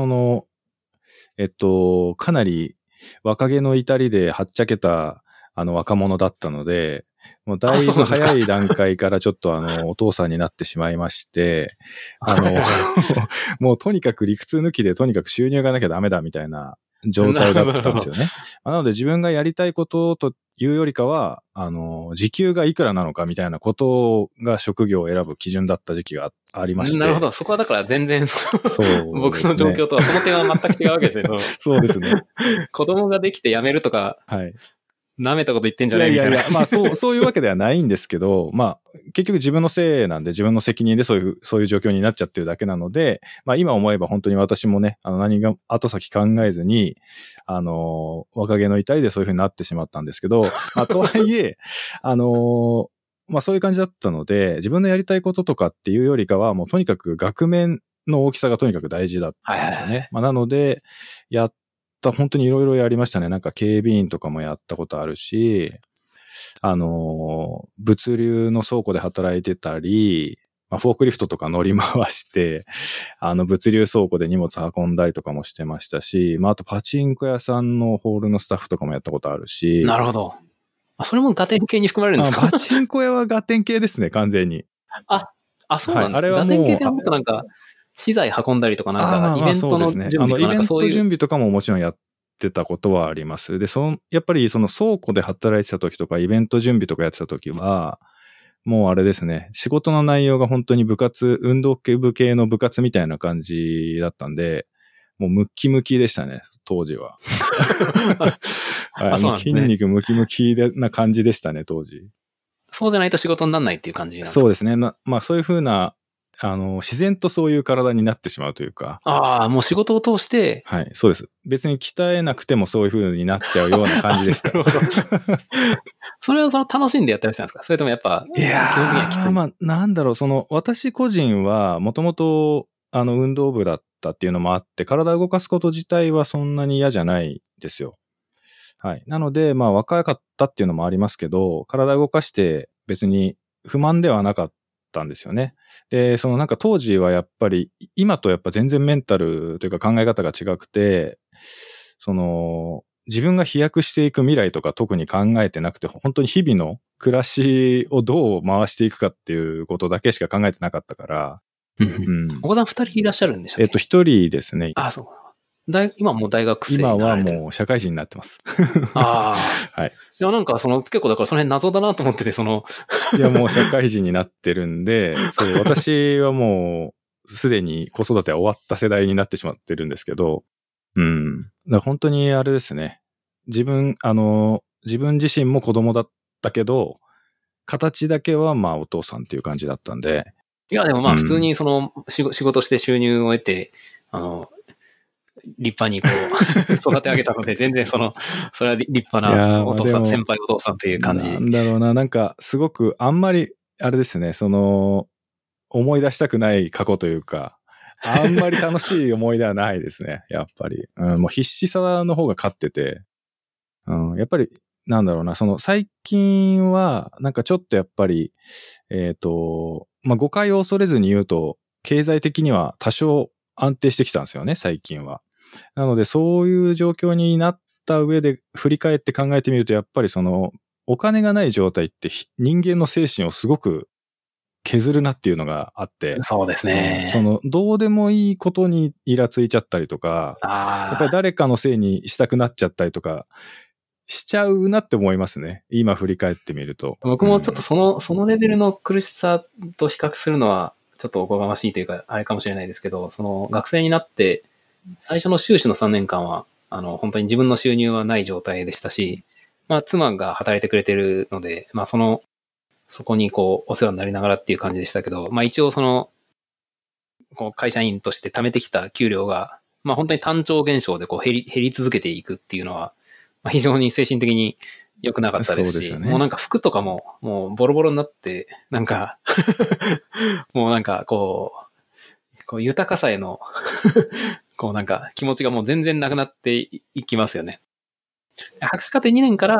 かなり若気の至りではっちゃけた若者だったので、もうだいぶ早い段階からちょっとお父さんになってしまいまして、もうとにかく理屈抜きでとにかく収入がなきゃダメだみたいな状態だったんですよね。なので自分がやりたいことというよりかは、時給がいくらなのかみたいなことが職業を選ぶ基準だった時期がありまして。 なるほど。そこはだから全然僕の状況とはその点は全く違うわけですけど。 そうですね。 子供ができて辞めるとか、 はい。 舐めたこと言ってんじゃないみたいな。 まあそういうわけではないんですけど、まあ結局自分のせいなんで自分の責任でそういう状況になっちゃってるだけなので、まあ今思えば本当に私もね、何が後先考えずに、若気の至りでそういう風になってしまったんですけど、まあとはいえ、まあそういう感じだったので、自分のやりたいこととかっていうよりかは、もうとにかく額面の大きさがとにかく大事だったんですよね。まあなので、本当にいろいろやりましたね。なんか警備員とかもやったことあるし、物流の倉庫で働いてたり、まあ、フォークリフトとか乗り回して、物流倉庫で荷物運んだりとかもしてましたし、まあ、あとパチンコ屋さんのホールのスタッフとかもやったことあるし。 なるほど。 それもガテン系に含まれるんですか？ パチンコ屋はガテン系ですね、完全に。 そうなんですね。あれはもう。ガテン系ってもっとなんか、資材運んだりとかイベントの準備とかイベント準備とかももちろんやってたことはあります。で、やっぱりその倉庫で働いてた時とか、イベント準備とかやってた時は、もうあれですね、仕事の内容が本当に運動部系の部活みたいな感じだったんで、もうムッキムキでしたね、当時は。もう筋肉ムキムキな感じでしたね、当時。 そうじゃないと仕事にならないっていう感じなんですか？ そうですね。そういう風な、自然とそういう体になってしまうというか。 もう仕事を通して。 はい、そうです。別に鍛えなくてもそういう風になっちゃうような感じでした。なるほど。 それは楽しんでやってらっしゃるんですか？それともやっぱ、 いやー、なんだろう、私個人は、もともと、運動部だったっていうのもあって、体を動かすこと自体はそんなに嫌じゃないですよ。はい。なので、若かったっていうのもありますけど、体を動かして別に不満ではなかったんですよね。で、なんか当時はやっぱり、今とやっぱ全然メンタルというか考え方が違くて、自分が飛躍していく未来とか特に考えてなくて、本当に日々の暮らしをどう回していくかっていうことだけしか考えてなかったから。 お子さん2人いらっしゃるんでしたっけ？ 1人ですね。 そう。今もう大学生。 今はもう社会人になってます。 はい。 いや、なんか結構だからその辺謎だなと思ってて、 いや、もう社会人になってるんで、私はもうすでに子育ては終わった世代になってしまってるんですけど、だから本当にあれですね。自分自身も子供だったけど、形だけはお父さんっていう感じだったんで。 いや、でも普通に仕事して収入を得て、立派に育て上げたので、全然それは立派なお父さん、先輩お父さんという感じ。 なんだろうな、なんかすごくあんまり、あれですね、思い出したくない過去というか、あんまり楽しい思い出はないですね、やっぱり。もう必死さの方が勝ってて、やっぱり、なんだろうな、最近は、なんかちょっとやっぱり、誤解を恐れずに言うと、経済的には多少安定してきたんですよね、最近は。なので、そういう状況になった上で振り返って考えてみると、やっぱりお金がない状態って人間の精神をすごく削るなっていうのがあって。 そうですね。 どうでもいいことにイラついちゃったりとか、やっぱり誰かのせいにしたくなっちゃったりとか、しちゃうなって思いますね。今振り返ってみると。 僕もちょっとそのレベルの苦しさと比較するのは、ちょっとおこがましいというか、あれかもしれないですけど、学生になって、最初の修士の3年間は、本当に自分の収入はない状態でしたし、妻が働いてくれてるので、そこにお世話になりながらっていう感じでしたけど、一応会社員として貯めてきた給料が、本当に単調現象で減り続けていくっていうのは、非常に精神的に良くなかったですし、もうなんか服とかも、もうボロボロになって、なんか、もうなんか豊かさへのなんか気持ちがもう全然なくなっていきますよね。博士課程2年から、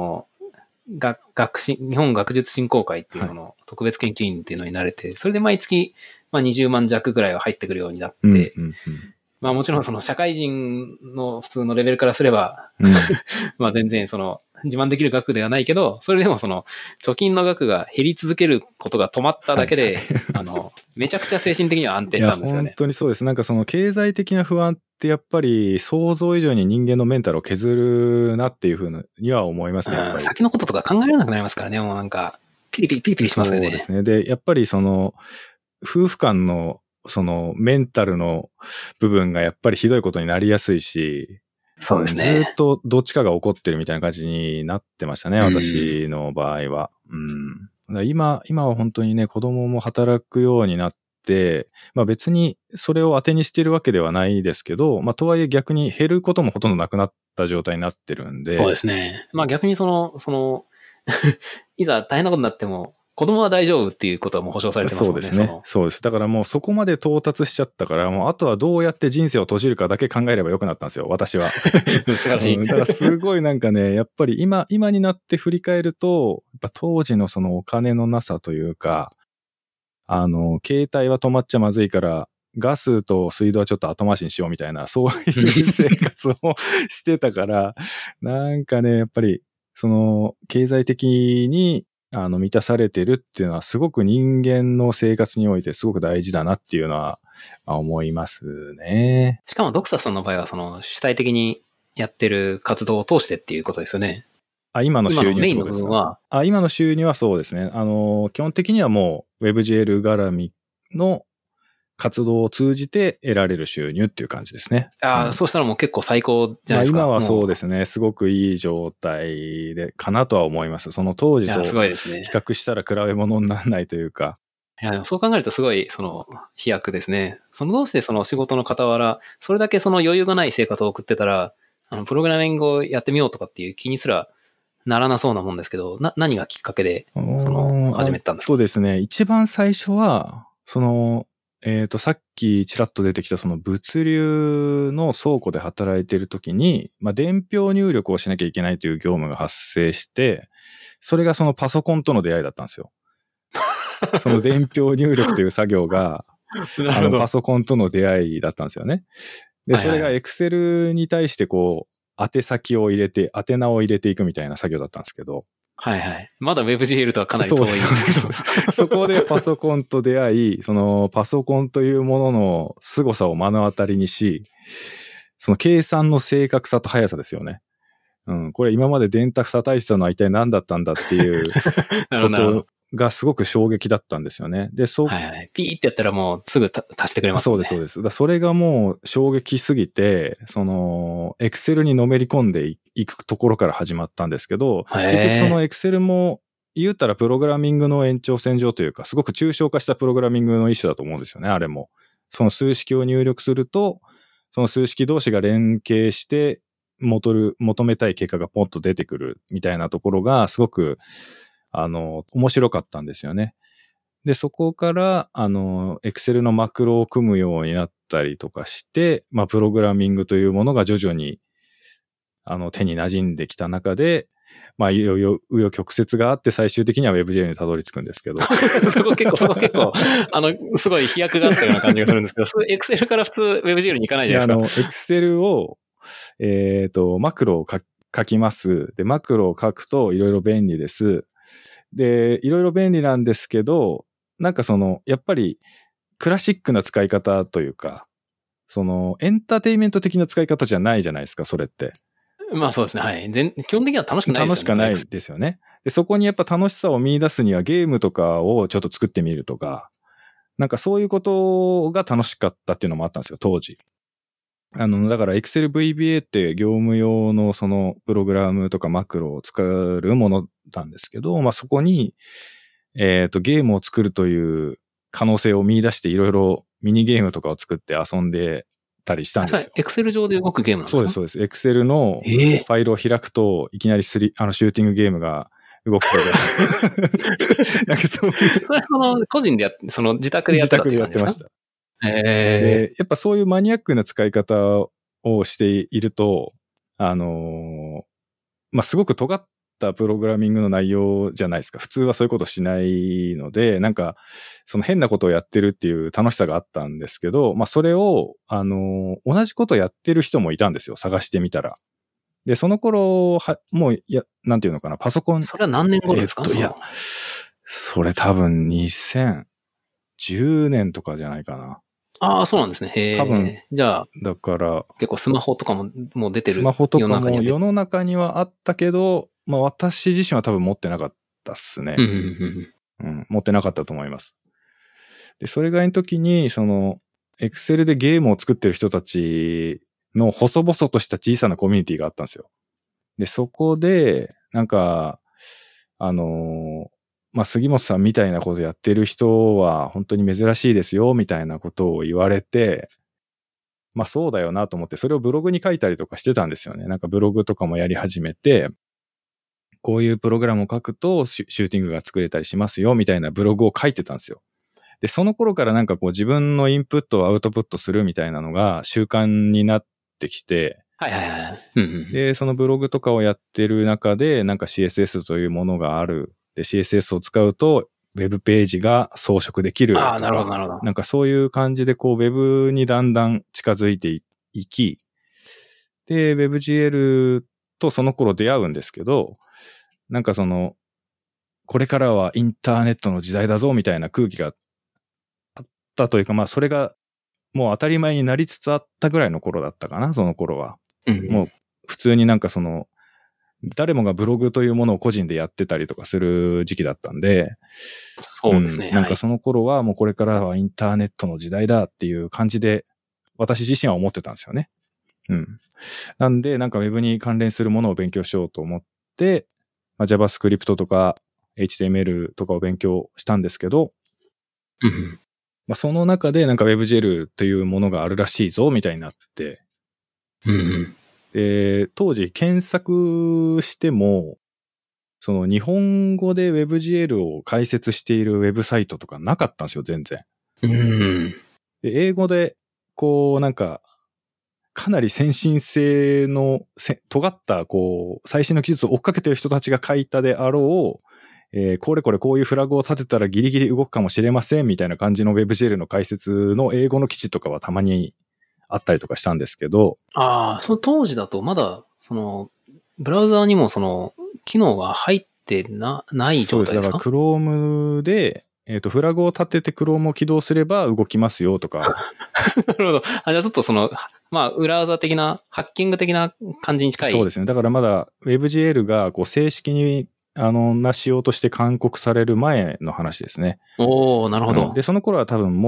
日本学術振興会っていうのの特別研究員っていうのになれて、それで毎月、20万弱ぐらいは入ってくるようになって、もちろん社会人の普通のレベルからすれば、全然自慢できる額ではないけど、それでも貯金の額が減り続けることが止まっただけで、めちゃくちゃ精神的には安定したんですよね。 本当にそうです。なんか経済的な不安ってやっぱり想像以上に人間のメンタルを削るなっていうふうには思いますね、やっぱり。 先のこととか考えられなくなりますからね、もうなんか、ピリピリしますよね。 そうですね。で、やっぱり夫婦間のメンタルの部分がやっぱりひどいことになりやすいし、 そうですね。 ずっとどっちかが起こってるみたいな感じになってましたね、私の場合は。今は本当にね、子供も働くようになって、別にそれを当てにしてるわけではないですけど、とはいえ逆に減ることもほとんどなくなった状態になってるんで。 そうですね。逆にいざ大変なことになっても、子供は大丈夫っていうことはもう保証されてますもんね。 そうですね。そうです。だからもうそこまで到達しちゃったから、もうあとはどうやって人生を閉じるかだけ考えればよくなったんですよ、私は。 素晴らしい。 だからすごいなんかね、やっぱり今になって振り返ると、やっぱ当時のお金のなさというか、携帯は止まっちゃまずいから、ガスと水道はちょっと後回しにしようみたいな、そういう生活をしてたから、なんかね、やっぱり、 その、経済的に、満たされてるっていうのはすごく人間の生活においてすごく大事だなっていうのは、思いますね。 しかもドクサさんの場合はその主体的にやってる活動を通してっていうことですよね。 今の収入メインの部分は。 今の収入はそうですね。基本的にはもう WebGL 絡みの活動を通じて得られる収入っていう感じですね。 そうしたらもう結構最高じゃないですか。 今はそうですね。すごくいい状態で、かなとは思います。その当時と比較したら比べ物にならないというか。 いや、でもそう考えるとすごい、飛躍ですね。どうしてその仕事の傍ら、それだけその余裕がない生活を送ってたら、プログラミングをやってみようとかっていう気にすらならなそうなもんですけど、何がきっかけで、始めたんですか？ そうですね。一番最初は、さっきちらっと出てきたその物流の倉庫で働いているときに、伝票入力をしなきゃいけないという業務が発生して、それがそのパソコンとの出会いだったんですよ。その伝票入力という作業が、パソコンとの出会いだったんですよね。で、それが Excel に対して宛先を入れて、宛名を入れていくみたいな作業だったんですけど。 はいはい。まだ WebGL とはかなり遠いんですけど。 そこでパソコンと出会い、そのパソコンというものの凄さを目の当たりにし、その計算の正確さと速さですよね。これ今まで電卓叩いてたのは一体何だったんだっていうことがすごく衝撃だったんですよね。で、 はいはい。ピーってやったらもうすぐ足してくれますね。 そうです、そうです。それがもう衝撃すぎて、Excel にのめり込んでいくところから始まったんですけど、結局その Excel も言ったらプログラミングの延長線上というか、すごく抽象化したプログラミングの一種だと思うんですよね、あれも。その数式を入力すると、その数式同士が連携して求めたい結果がポンと出てくるみたいなところがすごく、面白かったんですよね。で、そこから、Excel のマクロを組むようになったりとかして、プログラミングというものが徐々に、手に馴染んできた中で、いろいろ紆余曲折があって最終的には WebGL にたどり着くんですけど。 そこ結構、すごい飛躍があったような感じがするんですけど、Excel から普通 WebGL に行かないじゃないですか。 Excel を、マクロを書きます。で、マクロを書くといろいろ便利です。で、いろいろ便利なんですけど、なんかやっぱりクラシックな使い方というか、エンターテインメント的な使い方じゃないじゃないですか、それって。 そうですね。はい。基本的には楽しくないですよね。 楽しくないですよね。で、そこにやっぱ楽しさを見出すにはゲームとかをちょっと作ってみるとか、なんかそういうことが楽しかったっていうのもあったんですよ、当時。だから Excel VBA って業務用のそのプログラムとかマクロを使うものなんですけど、そこに、ゲームを作るという可能性を見出していろいろミニゲームとかを作って遊んでたりしたんですよ。 Excel 上で動くゲームなんですか？ そうです。Excel のファイルを開くと、いきなりシューティングゲームが動くとなんかそういう。 それ個人で自宅でやってたっていう感じですか？ 自宅でやってました。で、やっぱそういうマニアックな使い方をしていると、すごく尖ったプログラミングの内容じゃないですか。普通はそういうことしないので、なんか、その変なことをやってるっていう楽しさがあったんですけど、それを、同じことをやってる人もいたんですよ。探してみたら。で、その頃、もう、なんていうのかな、パソコン。 それは何年頃ですか？ それ多分2010年とかじゃないかな。 そうなんですね。多分。じゃあ、 だから、 結構スマホとかももう出てる。 スマホとかも世の中にはあったけど、私自身は多分持ってなかったっすね。持ってなかったと思います。で、それぐらいの時に、Excel でゲームを作ってる人たちの細々とした小さなコミュニティがあったんですよ。で、そこで、なんか、杉本さんみたいなことやってる人は本当に珍しいですよ、みたいなことを言われて、そうだよなと思って、それをブログに書いたりとかしてたんですよね。なんかブログとかもやり始めて、こういうプログラムを書くとシューティングが作れたりしますよ、みたいなブログを書いてたんですよ。で、その頃からなんか自分のインプットをアウトプットするみたいなのが習慣になってきて、で、そのブログとかをやってる中で、なんか CSS というものがある。で、CSS を使うと、ウェブページが装飾できるとか。 なるほど、なるほど。 なんかそういう感じで、ウェブにだんだん近づいていき、で、WebGL とその頃出会うんですけど、なんかこれからはインターネットの時代だぞみたいな空気があったというか、まあそれがもう当たり前になりつつあったぐらいの頃だったかな、その頃は。もう普通になんか誰もがブログというものを個人でやってたりとかする時期だったんで、 そうですね。 なんかその頃はもうこれからはインターネットの時代だっていう感じで、私自身は思ってたんですよね。なんで、なんか Web に関連するものを勉強しようと思って、まあ、JavaScript とか HTML とかを勉強したんですけど、まあ、その中でなんか WebGL というものがあるらしいぞみたいになって、で、当時検索しても、日本語で WebGL を解説しているウェブサイトとかなかったんですよ、全然。で、英語で、なんか、かなり先進性の尖った、最新の技術を追っかけてる人たちが書いたであろう、こういうフラグを立てたらギリギリ動くかもしれませんみたいな感じの WebGL の解説の英語の記事とかはたまにあったりとかしたんですけど。 その当時だとまだ、ブラウザーにも機能が入ってない状態ですか？ そうです。だから Chrome で、フラグを立てて Chrome を起動すれば動きますよとか。 なるほど。じゃあちょっとまあ、裏技的な、ハッキング的な感じに近い。 そうですね。だからまだ WebGL が正式にしようとして勧告される前の話ですね。 なるほど。 で、その頃は多分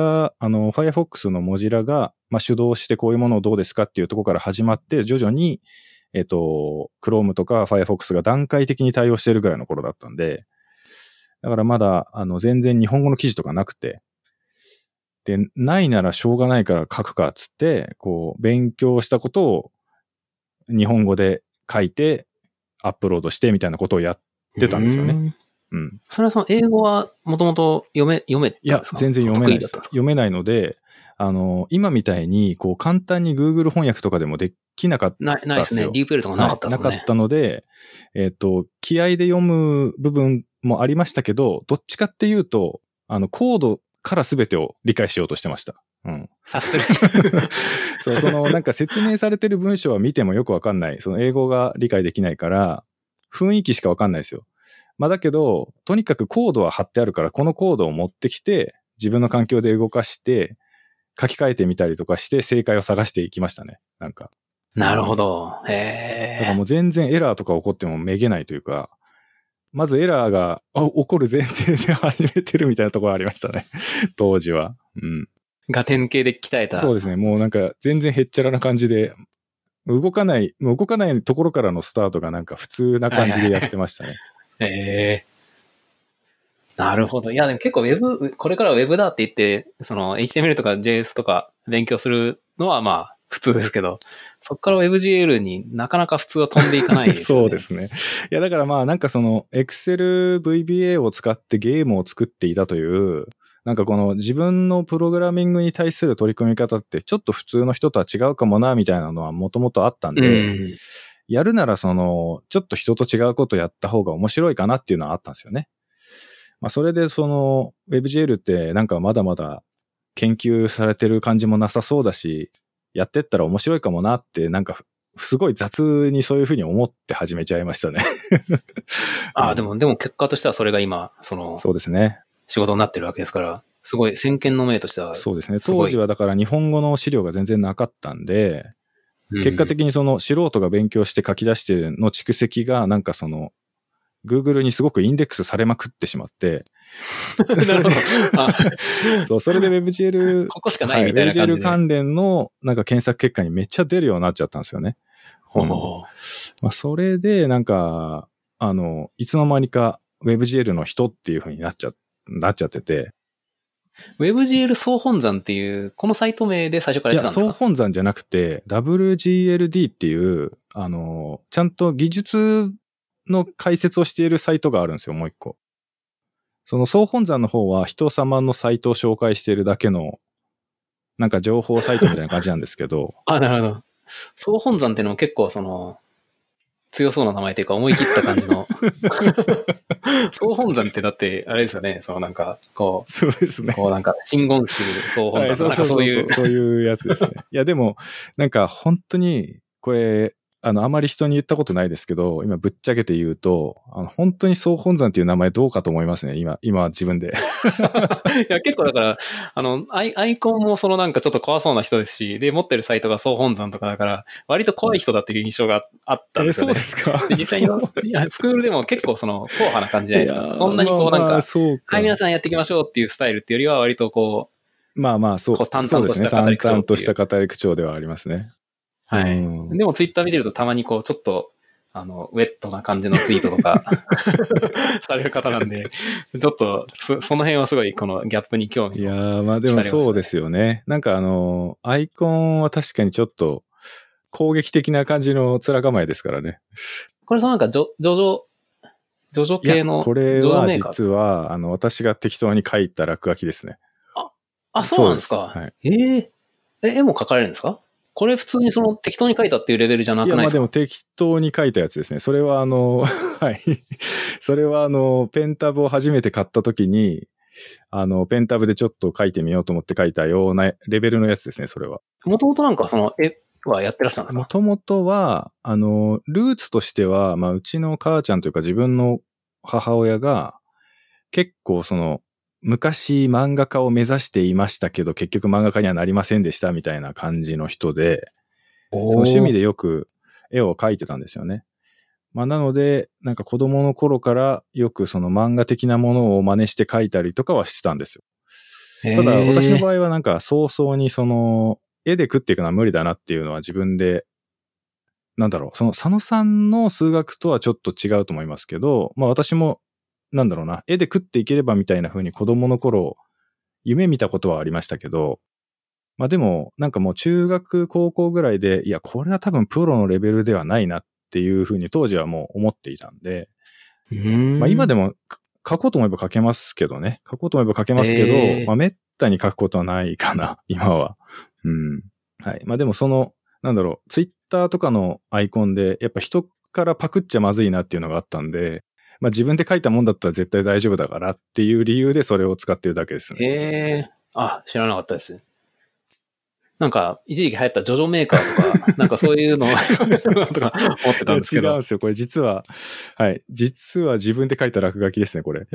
Firefox のMozillaが、まあ、主導してこういうものをどうですかっていうところから始まって、徐々に、Chrome とか Firefox が段階的に対応しているぐらいの頃だったんで、だからまだ、全然日本語の記事とかなくて、で、ないならしょうがないから書くかっつって、勉強したことを日本語で書いて、アップロードしてみたいなことをやってたんですよね。 それは英語はもともと読めたんですか？ いや、全然読めないです。読めないので、今みたいに、簡単に Google 翻訳とかでもできなかったないですね。DeepL とかなかったですね。 なかったので、気合で読む部分もありましたけど、どっちかっていうと、コードから全てを理解しようとしてました。 察する。 そう、なんか説明されてる文章は見てもよくわかんない。英語が理解できないから、雰囲気しかわかんないですよ。まあだけど、とにかくコードは貼ってあるから、このコードを持ってきて、自分の環境で動かして、書き換えてみたりとかして正解を探していきましたね。なんか。 なるほど。だからもう全然エラーとか起こってもめげないというか、まずエラーが起こる前提で始めてるみたいなところありましたね。当時は。 が典型で鍛えた。 そうですね。もうなんか全然へっちゃらな感じで、動かないところからのスタートがなんか普通な感じでやってましたね。 なるほど。いや、でも結構これからは Web だって言って、HTML とか JS とか勉強するのはまあ普通ですけど、そこから WebGL になかなか普通は飛んでいかないですよね。 そうですね。いや、だからまあなんかExcel VBA を使ってゲームを作っていたという、なんか自分のプログラミングに対する取り組み方ってちょっと普通の人とは違うかもな、みたいなのはもともとあったんで、やるならちょっと人と違うことやった方が面白いかなっていうのはあったんですよね。まあそれでWebGL ってなんかまだまだ研究されてる感じもなさそうだし、やってったら面白いかもなって、なんかすごい雑にそういうふうに思って始めちゃいましたね。 でも結果としてはそれが今、 そうですね。 仕事になってるわけですから、すごい先見の明としては。 そうですね。当時はだから日本語の資料が全然なかったんで、結果的に素人が勉強して書き出しての蓄積がなんかGoogle にすごくインデックスされまくってしまって、 なるほど。 そう、それで WebGL、 ここしかないみたいな感じで。 WebGL 関連のなんか検索結果にめっちゃ出るようになっちゃったんですよね。まあ、それでなんか、いつの間にか WebGL の人っていう風になっちゃってて。 WebGL 総本山っていう、このサイト名で最初からやってたんですか？ いや、総本山じゃなくて、WGLD っていう、ちゃんと技術の解説をしているサイトがあるんですよ、もう一個。その総本山の方は人様のサイトを紹介しているだけの、なんか情報サイトみたいな感じなんですけど。 なるほど。総本山っていうのも結構強そうな名前というか思い切った感じの。総本山ってだって、あれですよね、なんか、 そうですね。 なんか、真言宗総本山、 そういうやつですね。いや、でも、なんか本当に、これ、 あまり人に言ったことないですけど、今ぶっちゃけて言うと、本当に総本山っていう名前どうかと思いますね、今自分で。 いや、結構だから、アイコンもそのなんかちょっと怖そうな人ですし、で、持ってるサイトが総本山とかだから、割と怖い人だっていう印象があったんですよね。 そうですか。 で、実際に、いや、スクールでも結構その、硬派な感じじゃないですか。そんなにこうなんか、 そうか。 はい、皆さんやっていきましょうっていうスタイルっていうよりは、割とこう、 そう。 こう淡々とした語り口調。 淡々とした語り口調ではありますね。 はい。でもツイッター見てるとたまにこう、ちょっと、ウェットな感じのツイートとかされる方なんで、ちょっとその辺はすごいこのギャップに興味を、ね。 いやー、まあでもそうですよね。なんかアイコンは確かにちょっと攻撃的な感じの面構えですからね。 これなんかジョジョ系のこれは実は私が適当に書いた落書きですね。 そうなんですか。 はい、 絵も描かれるんですか？これ普通にその適当に書いたっていうレベルじゃなくないですか？いや、まあでも適当に書いたやつですね。それははい。それはペンタブを初めて買った時に、ペンタブでちょっと書いてみようと思って書いたようなレベルのやつですね、それは。 もともとなんかその絵はやってらっしゃるんですか？ もともとは、ルーツとしては、まあ、うちの母ちゃんというか自分の母親が、結構昔漫画家を目指していましたけど、結局漫画家にはなりませんでしたみたいな感じの人で、その趣味でよく絵を描いてたんですよね。まあなので、なんか子供の頃からよくその漫画的なものを真似して描いたりとかはしてたんですよ。ただ私の場合はなんか早々に絵で食っていくのは無理だなっていうのは自分で、なんだろう、佐野さんの数学とはちょっと違うと思いますけど、まあ私もなんだろうな、絵で食っていければみたいな風に子供の頃、夢見たことはありましたけど、まあでも、なんかもう中学、高校ぐらいで、いや、これは多分プロのレベルではないなっていう風に当時はもう思っていたんで、まあ今でも書こうと思えば書けますけどね。書こうと思えば書けますけど、まあめったに書くことはないかな、今は。うん。はい。まあでもなんだろう、ツイッターとかのアイコンで、やっぱ人からパクっちゃまずいなっていうのがあったんで、まあ自分で書いたもんだったら絶対大丈夫だからっていう理由でそれを使ってるだけですね。 知らなかったです。なんか、一時期流行ったジョジョメーカーとか、なんかそういうのとか思ってたんですけど。 違うんですよ。これ実は、はい。実は自分で書いた落書きですね、これ。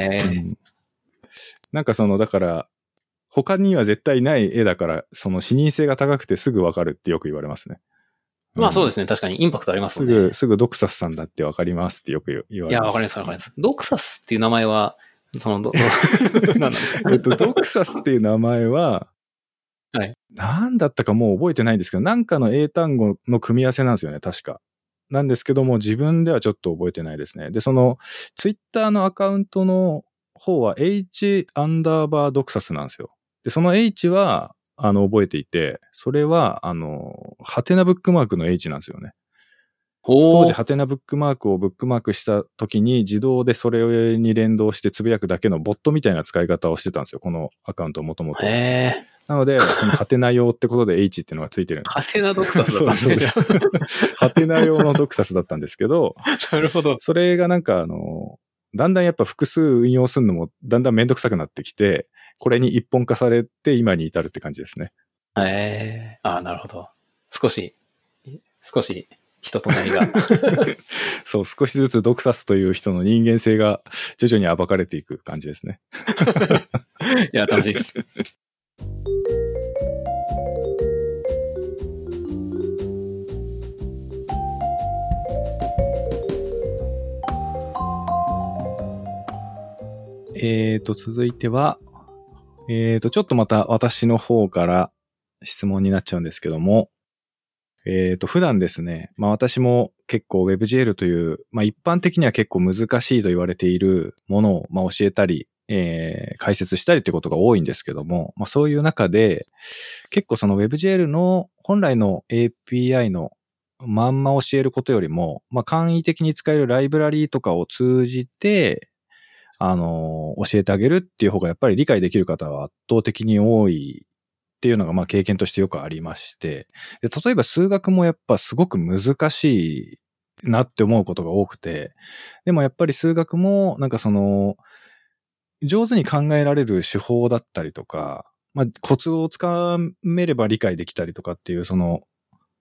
なんかだから、他には絶対ない絵だから、視認性が高くてすぐわかるってよく言われますね。 まあそうですね。確かにインパクトありますもんね。 すぐドクサスさんだってわかりますってよく言われます。いや、 わかります、わかります。ドクサスっていう名前は、何なんですか？ ドクサスっていう名前は、 はい。 なんだったかもう覚えてないんですけど、なんかの英単語の組み合わせなんですよね、確か。なんですけども、自分ではちょっと覚えてないですね。で、ツイッターのアカウントの方は H_ドクサスなんですよ。で、その H は、覚えていて、それは、ハテナブックマークの H なんですよね。当時、ハテナブックマークをブックマークした時に自動でそれに連動してつぶやくだけのボットみたいな使い方をしてたんですよ、このアカウントもともと。なので、ハテナ用ってことで H っていうのがついてるんです。 ハテナドクサスだったんです。 ハテナ用のドクサスだったんですけど、 なるほど。 それがなんかだんだんやっぱ複数運用するのもだんだんめんどくさくなってきて、これに一本化されて今に至るって感じですね。 なるほど。少し人となりが。 そう、少しずつドクサスという人の人間性が徐々に暴かれていく感じですね。 いや、楽しいです。 続いては、ちょっとまた私の方から質問になっちゃうんですけども、普段ですね、まあ私も結構 WebGL という、まあ一般的には結構難しいと言われているものを、まあ教えたり、解説したりってことが多いんですけども、まあそういう中で、結構WebGL の本来の API のまんま教えることよりも、まあ簡易的に使えるライブラリーとかを通じて、教えてあげるっていう方がやっぱり理解できる方は圧倒的に多いっていうのがまあ経験としてよくありまして、で例えば数学もやっぱすごく難しいなって思うことが多くて、でもやっぱり数学もなんか上手に考えられる手法だったりとか、まあコツをつかめれば理解できたりとかっていう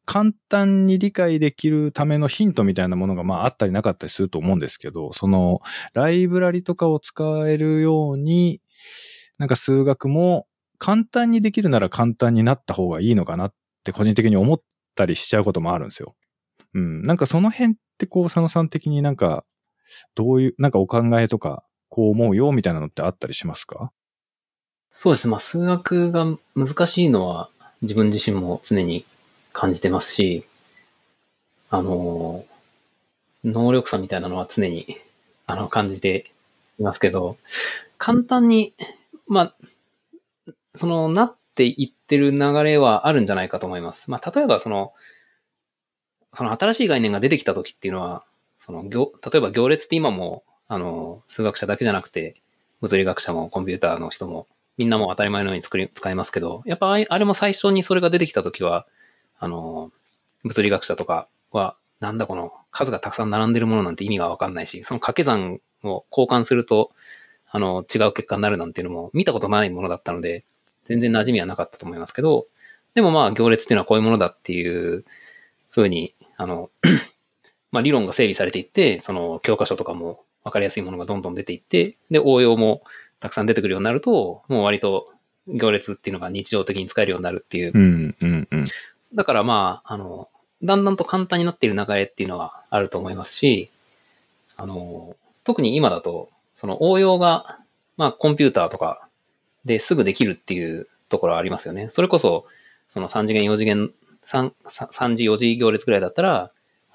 簡単に理解できるためのヒントみたいなものがまああったりなかったりすると思うんですけど、そのライブラリとかを使えるように、なんか数学も簡単にできるなら簡単になった方がいいのかなって個人的に思ったりしちゃうこともあるんですよ。うん。なんかその辺ってこう佐野さん的になんかどういう、なんかお考えとかこう思うよみたいなのってあったりしますか？ そうですね。まあ、数学が難しいのは自分自身も常に感じてますし、能力差みたいなのは常に、感じていますけど、簡単に、まあ、なっていってる流れはあるんじゃないかと思います。まあ、例えばその新しい概念が出てきた時っていうのは、例えば行列って今も、数学者だけじゃなくて、物理学者もコンピューターの人も、みんなも当たり前のように使いますけど、やっぱあれも最初にそれが出てきた時は、物理学者とかは、なんだこの数がたくさん並んでるものなんて意味がわかんないし、その掛け算を交換すると、違う結果になるなんていうのも見たことないものだったので、全然馴染みはなかったと思いますけど、でもまあ行列っていうのはこういうものだっていう風に、まあ理論が整備されていって、その教科書とかもわかりやすいものがどんどん出ていって、で、応用もたくさん出てくるようになると、もう割と行列っていうのが日常的に使えるようになるっていう。 うんうんうん。 だからまあ、だんだんと簡単になっている流れっていうのはあると思いますし、特に今だと、その応用が、まあコンピューターとかですぐできるっていうところはありますよね。それこそ、その3次元4次元、3次4次行列ぐらいだったら、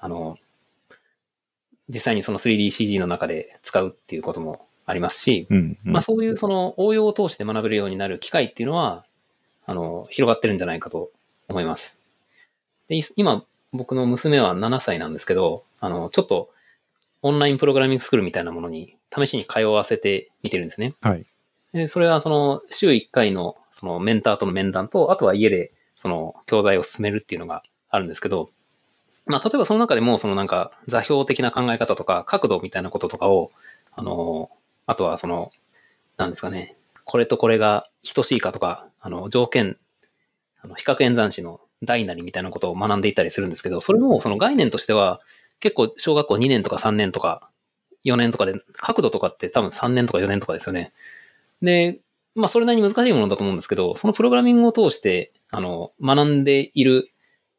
実際にその 3DCG の中で使うっていうこともありますし、 うんうん、 まあそういうその応用を通して学べるようになる機会っていうのは、広がってるんじゃないかと思います。で、今、僕の娘は7歳なんですけど、ちょっとオンラインプログラミングスクールみたいなものに試しに通わせてみてるんですね。 はい。 でそれはその週1回のそのメンターとの面談と、あとは家でその教材を進めるっていうのがあるんですけど、まあ例えばその中でもそのなんか座標的な考え方とか角度みたいなこととかを、あとはその、なんですかね、これとこれが等しいかとか、条件、比較演算子の大なりみたいなことを学んでいったりするんですけど、それもその概念としては結構小学校2年とか3年とか4年とかで、角度とかって多分3年とか4年とかですよね。で、まあそれなりに難しいものだと思うんですけど、そのプログラミングを通して、学んでいる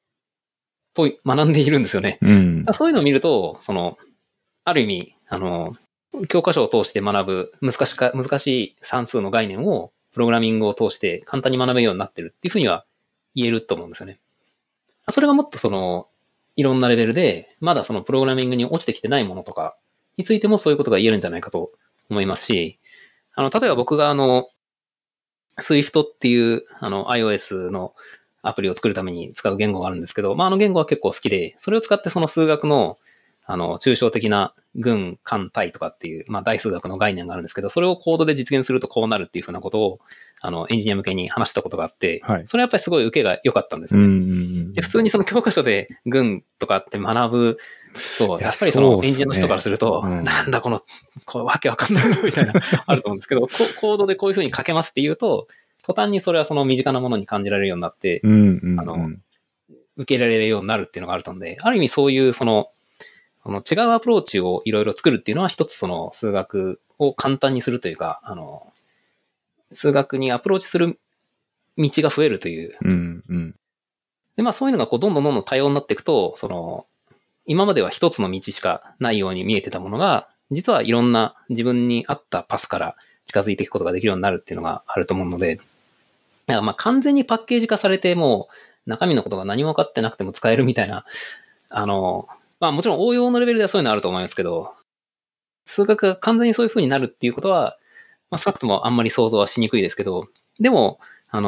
んですよね。 うん、 そういうのを見ると、ある意味、教科書を通して学ぶ難しい算数の概念をプログラミングを通して簡単に学べるようになってるっていうふうには言えると思うんですよね。それがもっといろんなレベルで、まだそのプログラミングに落ちてきてないものとかについてもそういうことが言えるんじゃないかと思いますし、例えば僕がSwift っていう、iOS のアプリを作るために使う言語があるんですけど、まあ、言語は結構好きで、それを使ってその数学の、抽象的な群、間、体とかっていう、まあ、大数学の概念があるんですけど、それをコードで実現するとこうなるっていうふうなことを、エンジニア向けに話したことがあって、 はい、 それはやっぱりすごい受けが良かったんですよね。で普通にその教科書で群とかって学ぶと、やっぱりそのエンジニアの人からすると、なんだこの、わけわかんないのみたいな、あると思うんですけど、コードでこういうふうに書けますっていうと、途端にそれはその身近なものに感じられるようになって、受け入れられるようになるっていうのがあると思うんで、ある意味そういうその違うアプローチをいろいろ作るっていうのは一つその数学を簡単にするというか、数学にアプローチする道が増えるという。で、まあそういうのがこうどんどん多様になっていくと、今までは一つの道しかないように見えてたものが、実はいろんな自分に合ったパスから近づいていくことができるようになるっていうのがあると思うので、だからまあ完全にパッケージ化されてもう中身のことが何も分かってなくても使えるみたいな、まあもちろん応用のレベルではそういうのあると思いますけど、数学が完全にそういう風になるっていうことは、まあ少なくともあんまり想像はしにくいですけど、でも、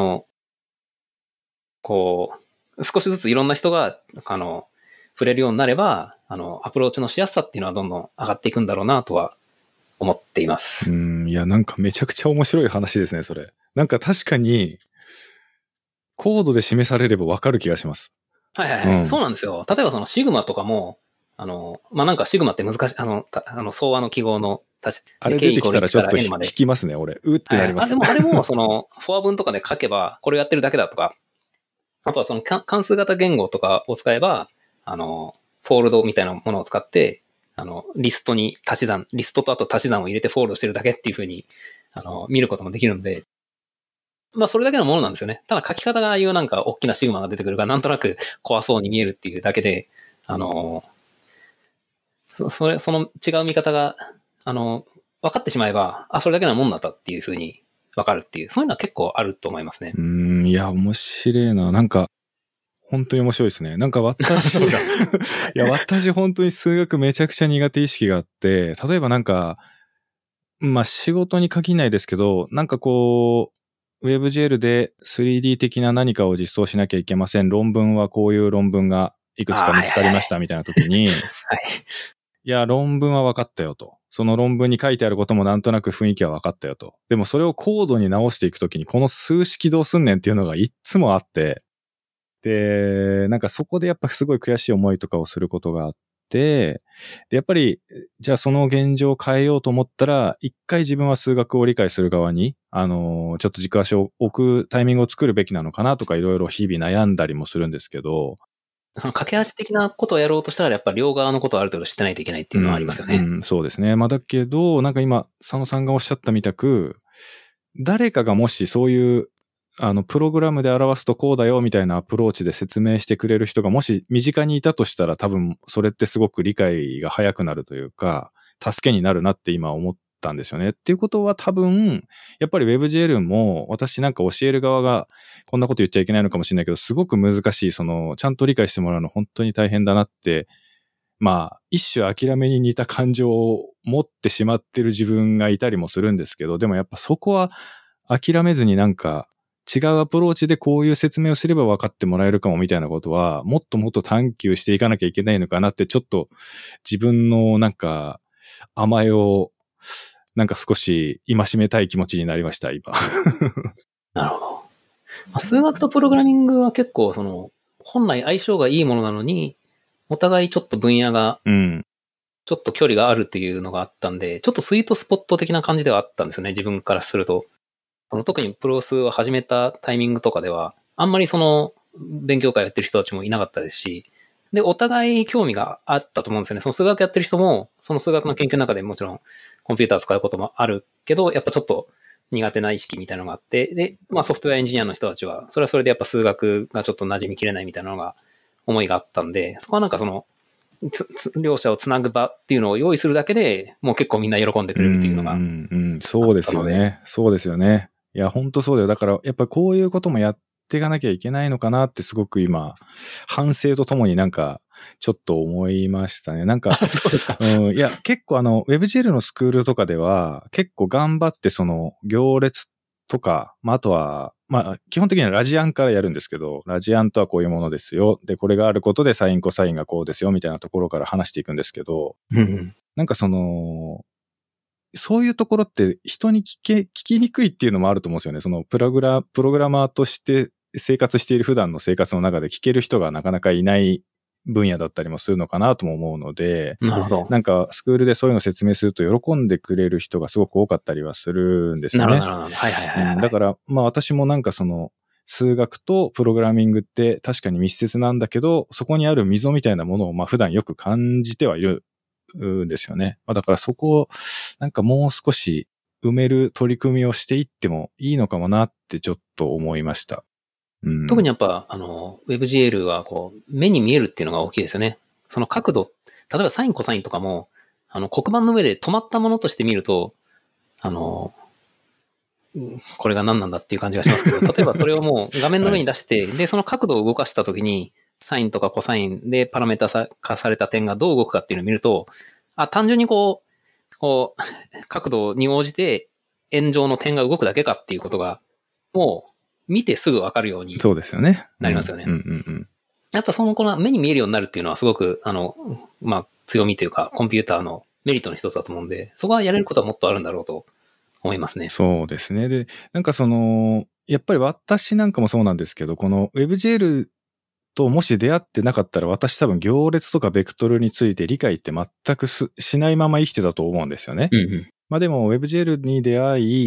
こう、少しずついろんな人が、触れるようになれば、アプローチのしやすさっていうのはどんどん上がっていくんだろうなとは思っています。 いや、なんかめちゃくちゃ面白い話ですね、それ。なんか確かに、コードで示されればわかる気がします。 はいはいはい。そうなんですよ。例えばそのシグマとかも、まあ、なんかシグマって難しい、相和の記号のあれ出てきたらちょっと引きますね、俺。うってなります。 でもあれも、フォア文とかで書けば、これやってるだけだとか、 あとはその関数型言語とかを使えば、フォールドみたいなものを使って、リストに足し算、リストとあと足し算を入れてフォールドしてるだけっていう風に、見ることもできるんで、まあそれだけのものなんですよね。ただ書き方がああいうなんか大きなシグマが出てくるからなんとなく怖そうに見えるっていうだけで、その違う見方が、分かってしまえば、それだけのもんだったっていう風に分かるっていう、そういうのは結構あると思いますね。 いや、面白いな。なんか、本当に面白いですね。なんか私、いや、私本当に数学めちゃくちゃ苦手意識があって、例えばなんか、まあ仕事に限らないですけど、なんかこう、WebGL で 3D 的な何かを実装しなきゃいけません。論文はこういう論文がいくつか見つかりましたみたいな時に、はい。いや、論文は分かったよと。その論文に書いてあることもなんとなく雰囲気は分かったよと。でもそれをコードに直していくときにこの数式どうすんねんっていうのがいっつもあって、で、なんかそこでやっぱすごい悔しい思いとかをすることがあって、で、やっぱり、じゃあその現状を変えようと思ったら、一回自分は数学を理解する側に、ちょっと軸足を置くタイミングを作るべきなのかなとかいろいろ日々悩んだりもするんですけど、 その架け橋的なことをやろうとしたら、やっぱり両側のことをある程度知ってないといけないっていうのはありますよね。 そうですね。まあだけど、なんか今、佐野さんがおっしゃったみたく、誰かがもしそういう、プログラムで表すとこうだよみたいなアプローチで説明してくれる人がもし身近にいたとしたら多分それってすごく理解が早くなるというか、助けになるなって今思ったんですよね。っていうことは多分、やっぱり WebGL も私なんか教える側がこんなこと言っちゃいけないのかもしれないけど、すごく難しい、ちゃんと理解してもらうの本当に大変だなって、まあ、一種諦めに似た感情を持ってしまってる自分がいたりもするんですけど、でもやっぱそこは諦めずになんか違うアプローチでこういう説明をすれば分かってもらえるかもみたいなことは、もっともっと探求していかなきゃいけないのかなって、ちょっと自分のなんか甘えをなんか少し戒めたい気持ちになりました、今。 なるほど。数学とプログラミングは結構本来相性がいいものなのに、お互いちょっと分野が、ちょっと距離があるっていうのがあったんで、ちょっとスイートスポット的な感じではあったんですよね、自分からすると。特にプロスを始めたタイミングとかでは、あんまり勉強会やってる人たちもいなかったですし、で、お互い興味があったと思うんですよね。その数学やってる人も、その数学の研究の中でもちろんコンピューター使うこともあるけど、やっぱちょっと苦手な意識みたいなのがあって、で、まあソフトウェアエンジニアの人たちは、それはそれでやっぱ数学がちょっと馴染みきれないみたいなのが、思いがあったんで、そこはなんか両者をつなぐ場っていうのを用意するだけでもう結構みんな喜んでくれるっていうのが。 そうですよね。そうですよね。いや、ほんとそうだよ。だから、やっぱこういうこともやっていかなきゃいけないのかなってすごく今、反省とともになんか、ちょっと思いましたね。なんか、 そうですか。 いや、結構WebGL のスクールとかでは、結構頑張って行列とか、まあ、あとは、まあ、基本的にはラジアンからやるんですけど、ラジアンとはこういうものですよ。で、これがあることでサインコサインがこうですよ、みたいなところから話していくんですけど、なんかそういうところって人に聞きにくいっていうのもあると思うんですよね。プログラマーとして生活している普段の生活の中で聞ける人がなかなかいない分野だったりもするのかなとも思うので、 なるほど。 なんかスクールでそういうのを説明すると喜んでくれる人がすごく多かったりはするんですよね。 なるほど。はい。 だから、まあ私もなんか数学とプログラミングって確かに密接なんだけど、そこにある溝みたいなものをまあ普段よく感じてはいるんですよね。だからそこをなんかもう少し埋める取り組みをしていってもいいのかもなってちょっと思いました。 特にやっぱ、WebGL は目に見えるっていうのが大きいですよね。その角度、例えばサインコサインとかも、黒板の上で止まったものとして見ると、これが何なんだっていう感じがしますけど、例えばそれをもう画面の上に出して、で、その角度を動かしたときに、サインとかコサインでパラメータ化された点がどう動くかっていうのを見ると、単純に角度に応じて円状の点が動くだけかっていうことが、もう見てすぐわかるようになりますよね。やっぱこの目に見えるようになるっていうのはすごく、まあ、強みというか、コンピューターのメリットの一つだと思うんで、そこはやれることはもっとあるんだろうと思いますね。 そうですね。で、なんかやっぱり私なんかもそうなんですけど、この WebGL ともし出会ってなかったら私多分行列とかベクトルについて理解って全くしないまま生きてたと思うんですよね。まあでも WebGL に出会い、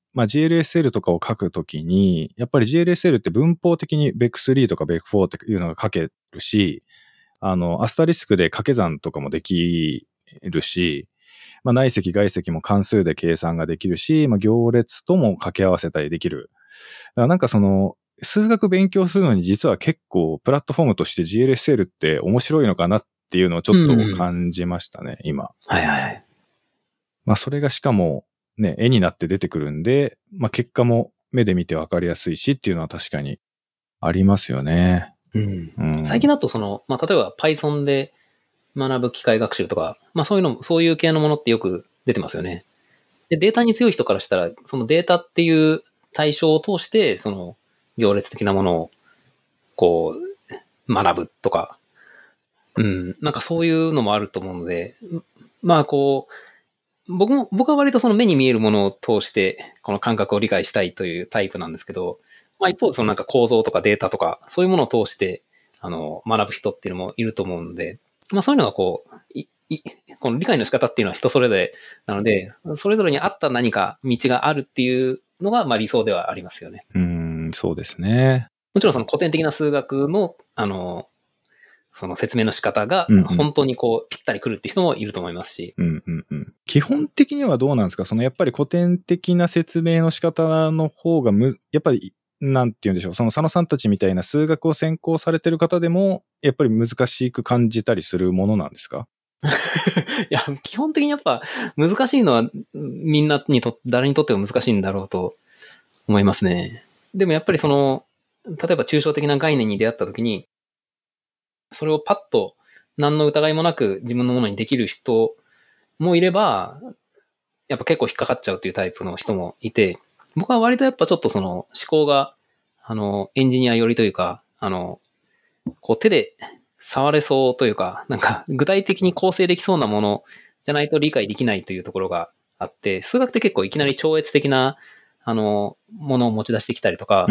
まあ GLSL とかを書くときに、やっぱり GLSL って文法的に Bec3 とか Bec4 っていうのが書けるし、アスタリスクで掛け算とかもできるし、まあ内積外積も関数で計算ができるし、まあ行列とも掛け合わせたりできる。だからなんか数学勉強するのに実は結構プラットフォームとして GLSL って面白いのかなっていうのをちょっと感じましたね、今。 はいはい。 まあそれがしかもね、絵になって出てくるんで、まあ結果も目で見てわかりやすいしっていうのは確かにありますよね。 最近だとまあ例えば Python で学ぶ機械学習とか、まあそういう系のものってよく出てますよね。で、データに強い人からしたら、そのデータっていう対象を通して、行列的なものを、こう、学ぶとか、なんかそういうのもあると思うので、まあ僕は割とその目に見えるものを通して、この感覚を理解したいというタイプなんですけど、まあ一方でなんか構造とかデータとか、そういうものを通して、学ぶ人っていうのもいると思うので、まあそういうのがこの理解の仕方っていうのは人それぞれなので、それぞれに合った何か道があるっていうのが、まあ理想ではありますよね。 そうですね。 もちろんその古典的な数学の、その説明の仕方が本当にぴったりくるって人もいると思いますし。 基本的にはどうなんですか？やっぱり古典的な説明の仕方の方がやっぱり、なんて言うんでしょう。佐野さんたちみたいな数学を専攻されてる方でも、やっぱり難しく感じたりするものなんですか？ いや、基本的にやっぱ難しいのはみんな誰にとっても難しいんだろうと思いますね。でもやっぱり例えば抽象的な概念に出会った時に、それをパッと何の疑いもなく自分のものにできる人もいれば、やっぱ結構引っかかっちゃうというタイプの人もいて、僕は割とやっぱちょっと思考が、エンジニア寄りというか、手で触れそうというか、なんか具体的に構成できそうなものじゃないと理解できないというところがあって、数学って結構いきなり超越的な、ものを持ち出してきたりとか、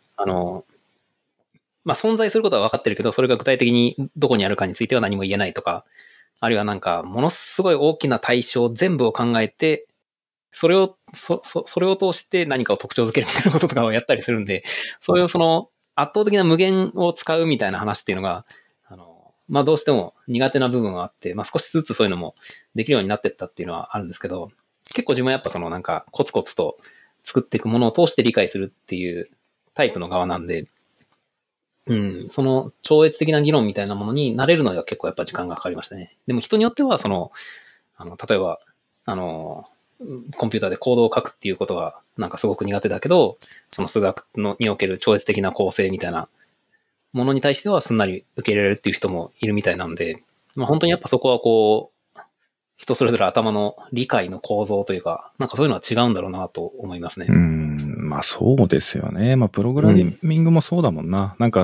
まあ、存在することは分かってるけど、それが具体的にどこにあるかについては何も言えないとか、あるいはなんか、ものすごい大きな対象全部を考えて、それを通して何かを特徴づけるみたいなこととかをやったりするんで、そういう圧倒的な無限を使うみたいな話っていうのが、まあどうしても苦手な部分があって、まあ少しずつそういうのもできるようになってったっていうのはあるんですけど、結構自分はやっぱなんかコツコツと作っていくものを通して理解するっていうタイプの側なんで、その超越的な議論みたいなものになれるのが結構やっぱ時間がかかりましたね。でも人によっては例えば、コンピューターでコードを書くっていうことがなんかすごく苦手だけど、その数学における超越的な構成みたいなものに対してはすんなり受け入れられるっていう人もいるみたいなんで、まあ本当にやっぱそこは人それぞれ頭の理解の構造というか、なんかそういうのは違うんだろうなと思いますね。 まあそうですよね。まあプログラミングもそうだもんな。なんか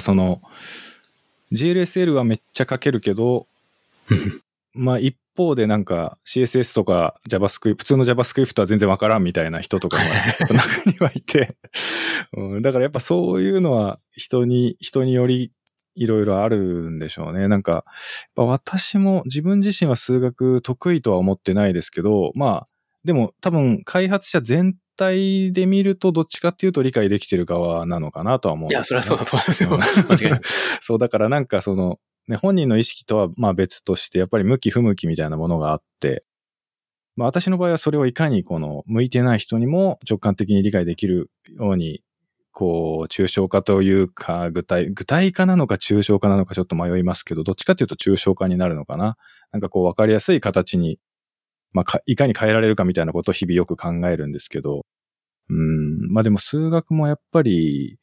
GLSL はめっちゃ書けるけど、まあ一方でなんか CSS とか JavaScript、普通の JavaScript は全然わからんみたいな人とかも中にはいて、だからやっぱそういうのは人によりいろいろあるんでしょうね。なんか、私も自分自身は数学得意とは思ってないですけど、まあ、でも多分開発者全体で見るとどっちかっていうと理解できてる側なのかなとは思うんですよね。 いや、それはそうだと思いますよ。間違いない。 そう、だからなんかね、本人の意識とはまあ別として、やっぱり向き不向きみたいなものがあって、まあ私の場合はそれをいかに向いてない人にも直感的に理解できるように、抽象化というか、具体化なのか抽象化なのかちょっと迷いますけど、どっちかというと抽象化になるのかな。なんかわかりやすい形に、まあいかに変えられるかみたいなことを日々よく考えるんですけど、まあでも数学もやっぱり、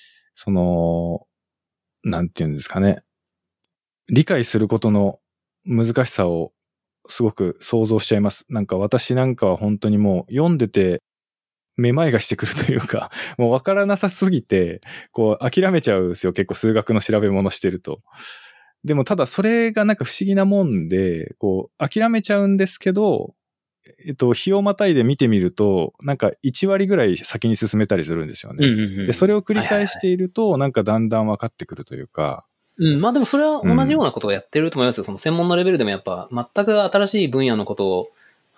なんていうんですかね。理解することの難しさをすごく想像しちゃいます。なんか私なんかは本当にもう読んでてめまいがしてくるというか、もうわからなさすぎて、諦めちゃうんですよ。結構数学の調べ物してると。でもただそれがなんか不思議なもんで、諦めちゃうんですけど、日をまたいで見てみると、なんか1割ぐらい先に進めたりするんですよね。で、それを繰り返していると、なんかだんだん分かってくるというか。 まあでもそれは同じようなことをやってると思いますよ。その専門のレベルでもやっぱ全く新しい分野のことを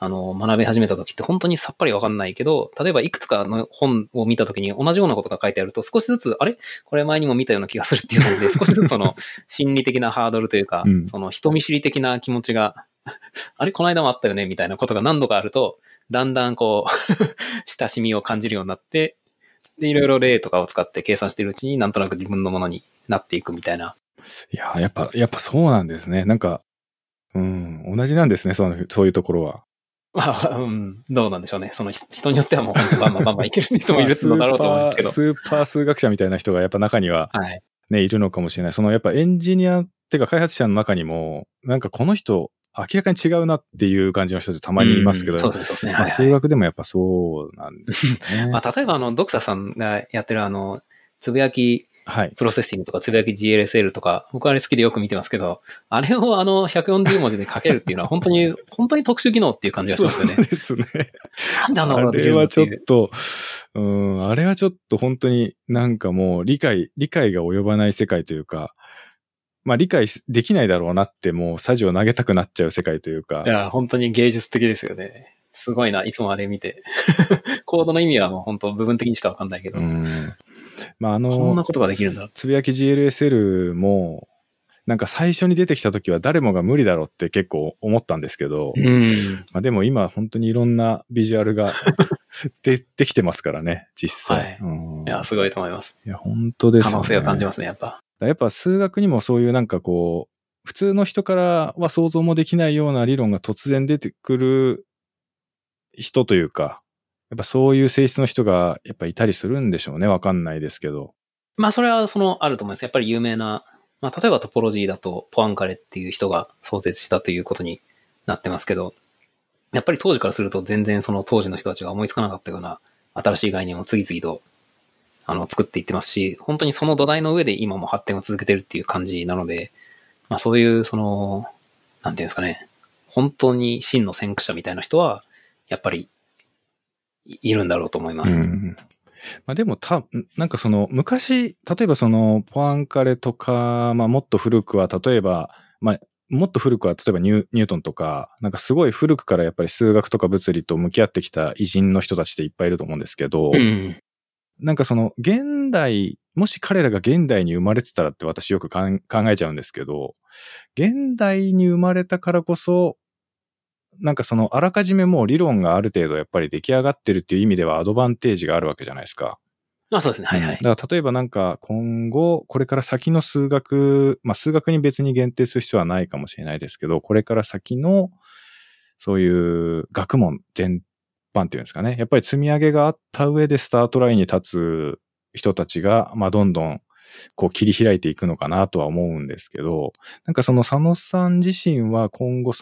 学び始めた時って本当にさっぱりわかんないけど、例えばいくつかの本を見た時に同じようなことが書いてあると少しずつ、あれこれ前にも見たような気がするっていうので、少しずつその心理的なハードルというか、その人見知り的な気持ちが、あれこの間もあったよねみたいなことが何度かあると、だんだんこう、親しみを感じるようになって、で、いろいろ例とかを使って計算しているうちになんとなく自分のものになっていくみたいな。 いや、やっぱそうなんですね。なんか、同じなんですね、そういうところは。 どうなんでしょうね。その人によってはもう本当バンバンバンバンいける人もいるのだろうと思うんですけど。 スーパー数学者みたいな人がやっぱ中には、ね、いるのかもしれない。そのやっぱエンジニアっていうか開発者の中にも、なんかこの人、明らかに違うなっていう感じの人ってたまにいますけど、 そうですね。 数学でもやっぱそうなんですね。 例えばドクターさんがやってるつぶやきプロセッシングとか、つぶやき GLSL とか、僕はあれ好きでよく見てますけど、あれを140文字で書けるっていうのは本当に特殊技能っていう感じがしますよね。 そうですね。 なんであんなことができるのっていう。 あれはちょっと本当になんかもう理解が及ばない世界というか、まあ理解できないだろうなってもうサジを投げたくなっちゃう世界というか。 いや、本当に芸術的ですよね。すごいな、いつもあれ見て。コードの意味はもう本当部分的にしかわかんないけど。 まあこんなことができるんだ。 つぶやき GLSL も、なんか最初に出てきた時は誰もが無理だろうって結構思ったんですけど、まあでも今本当にいろんなビジュアルができてますからね、実際。 いや、すごいと思います。 いや、本当ですね。 可能性を感じますね、やっぱ。 やっぱ数学にもそういうなんかこう、普通の人からは想像もできないような理論が突然出てくる人というか、やっぱそういう性質の人がやっぱいたりするんでしょうね。わかんないですけど。 まあそれはあると思います。やっぱり有名な、まあ例えばトポロジーだとポアンカレっていう人が創設したということになってますけど、やっぱり当時からすると全然その当時の人たちが思いつかなかったような新しい概念を次々と作っていってますし、本当にその土台の上で今も発展を続けてるっていう感じなので、まあそういうなんていうんですかね、本当に真の先駆者みたいな人は、やっぱりいるんだろうと思います。 まあでもなんか昔、例えばポアンカレとか、まあもっと古くは、例えばニュートンとか、なんかすごい古くからやっぱり数学とか物理と向き合ってきた偉人の人たちっていっぱいいると思うんですけど、なんか現代、もし彼らが現代に生まれてたらって私よく考えちゃうんですけど、現代に生まれたからこそ、なんかあらかじめもう理論がある程度やっぱり出来上がってるっていう意味ではアドバンテージがあるわけじゃないですか。 まあそうですね、はい。 だから例えばなんか今後、これから先の数学、まあ数学に別に限定する必要はないかもしれないですけど、これから先のそういう学問全般っていうんですかね。やっぱり積み上げがあった上でスタートラインに立つ人たちが、まあどんどんこう切り開いていくのかなとは思うんですけど、なんか佐野さん自身は今後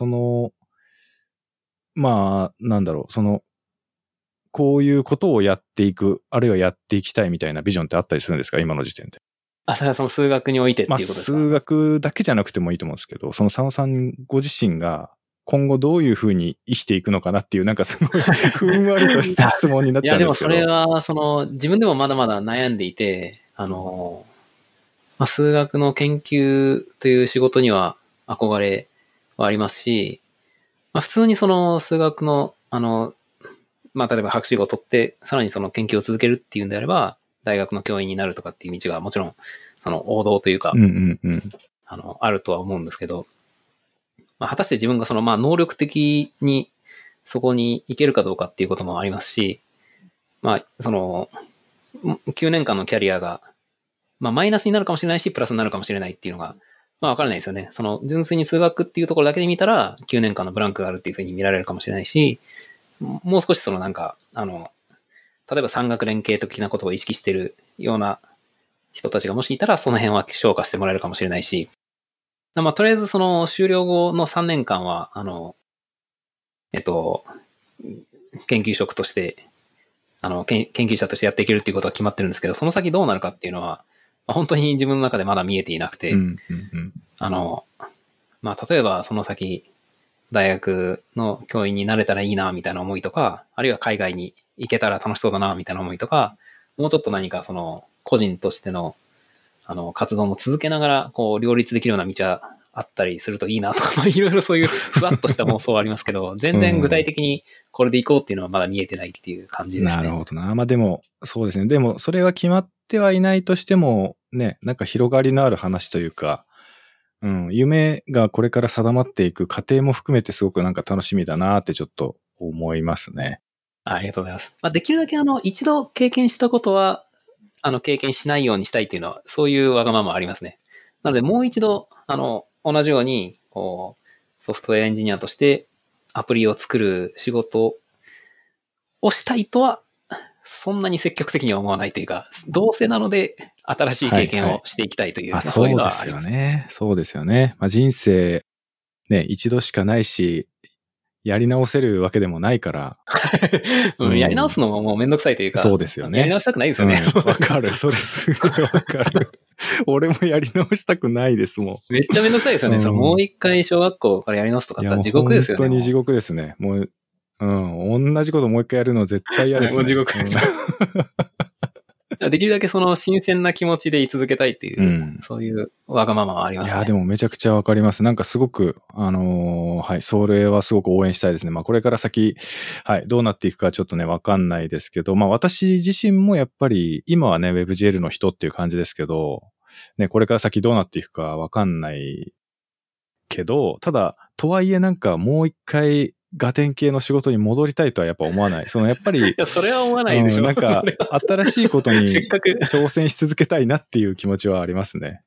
まあ、なんだろう、こういうことをやっていく、あるいはやっていきたいみたいなビジョンってあったりするんですか、今の時点で。 それは数学においてっていうことですか？ まあ、数学だけじゃなくてもいいと思うんですけど、佐野さんご自身が今後どういうふうに生きていくのかなっていう、なんかすごいふんわりとした質問になっちゃうんですけど。 いや、でもそれは、自分でもまだまだ悩んでいて、まあ、数学の研究という仕事には憧れはありますし、まあ、普通に数学の、まあ、例えば博士号を取って、さらに研究を続けるっていうんであれば、大学の教員になるとかっていう道がもちろん、王道というか、あるとは思うんですけど、まあ、果たして自分がまあ、能力的にそこに行けるかどうかっていうこともありますし、まあ、9年間のキャリアが、まあ、マイナスになるかもしれないし、プラスになるかもしれないっていうのが、まあ、わからないですよね。純粋に数学っていうところだけで見たら、9年間のブランクがあるっていうふうに見られるかもしれないし、もう少しなんか、例えば産学連携的なことを意識しているような人たちがもしいたら、その辺は評価してもらえるかもしれないし、まあ、とりあえず終了後の3年間は、研究職として、研究者としてやっていけるっていうことは決まってるんですけど、その先どうなるかっていうのは、本当に自分の中でまだ見えていなくて、まあ、例えばその先、大学の教員になれたらいいな、みたいな思いとか、あるいは海外に行けたら楽しそうだな、みたいな思いとか、もうちょっと何か個人としての、活動も続けながら、こう、両立できるような道はあったりするといいなとか、まあいろいろそういうふわっとした妄想はありますけど、全然具体的にこれでいこうっていうのはまだ見えてないっていう感じですね。 なるほどな。まあでも、そうですね。でも、それが決まってはいないとしても、ね、なんか広がりのある話というか、うん、夢がこれから定まっていく過程も含めてすごくなんか楽しみだなってちょっと思いますね。 ありがとうございます。まあ、できるだけ一度経験したことは、経験しないようにしたいっていうのは、そういうわがままありますね。なので、もう一度、同じように、こう、ソフトウェアエンジニアとしてアプリを作る仕事をしたいとは、そんなに積極的には思わないというか、どうせなので、新しい経験をしていきたいという、 そういうのはそうですよね。そうですよね。まあ、人生、ね、一度しかないし、やり直せるわけでもないから。 やり直すのももうめんどくさいというか。 そうですよね。 やり直したくないですよね。 わかる。それすごいわかる。俺もやり直したくないですもん。 めっちゃめんどくさいですよね。もう一回小学校からやり直すとかって地獄ですよね。 本当に地獄ですね。もう、同じこともう一回やるの絶対嫌ですね。 もう地獄。できるだけその新鮮な気持ちで居続けたいっていう、そういうわがままはありますね。 いや、でもめちゃくちゃわかります。なんかすごく、はい、それはすごく応援したいですね。まあこれから先、はい、どうなっていくかちょっとね、わかんないですけど、まあ私自身もやっぱり、今はね、WebGL の人っていう感じですけど、ね、これから先どうなっていくかわかんないけど、ただ、とはいえなんかもう一回、ガテン系の仕事に戻りたいとはやっぱ思わない。やっぱり。いや、それは思わないでしょ。 なんか、新しいことに挑戦し続けたいなっていう気持ちはありますね。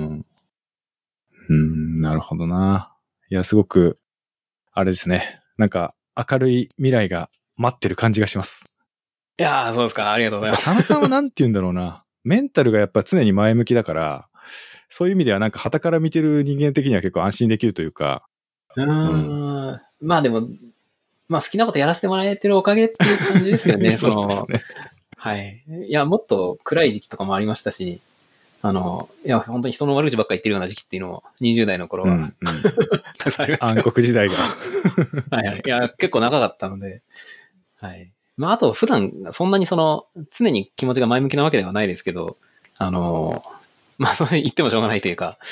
なるほどな。いや、すごく、あれですね。なんか、明るい未来が待ってる感じがします。 いやー、そうですか。ありがとうございます。 佐野さんはなんて言うんだろうな。メンタルがやっぱ常に前向きだから、そういう意味ではなんか傍から見てる人間的には結構安心できるというか。 まあでも、まあ好きなことやらせてもらえてるおかげっていう感じですよね。 そうですね。 はい。いや、もっと暗い時期とかもありましたし、いや、本当に人の悪口ばっかり言ってるような時期っていうのも20代の頃は、たくさんありました。 暗黒時代が。 はいはい。いや、結構長かったので、はい。まああと普段そんなに常に気持ちが前向きなわけではないですけど、まあそれ言ってもしょうがないというか、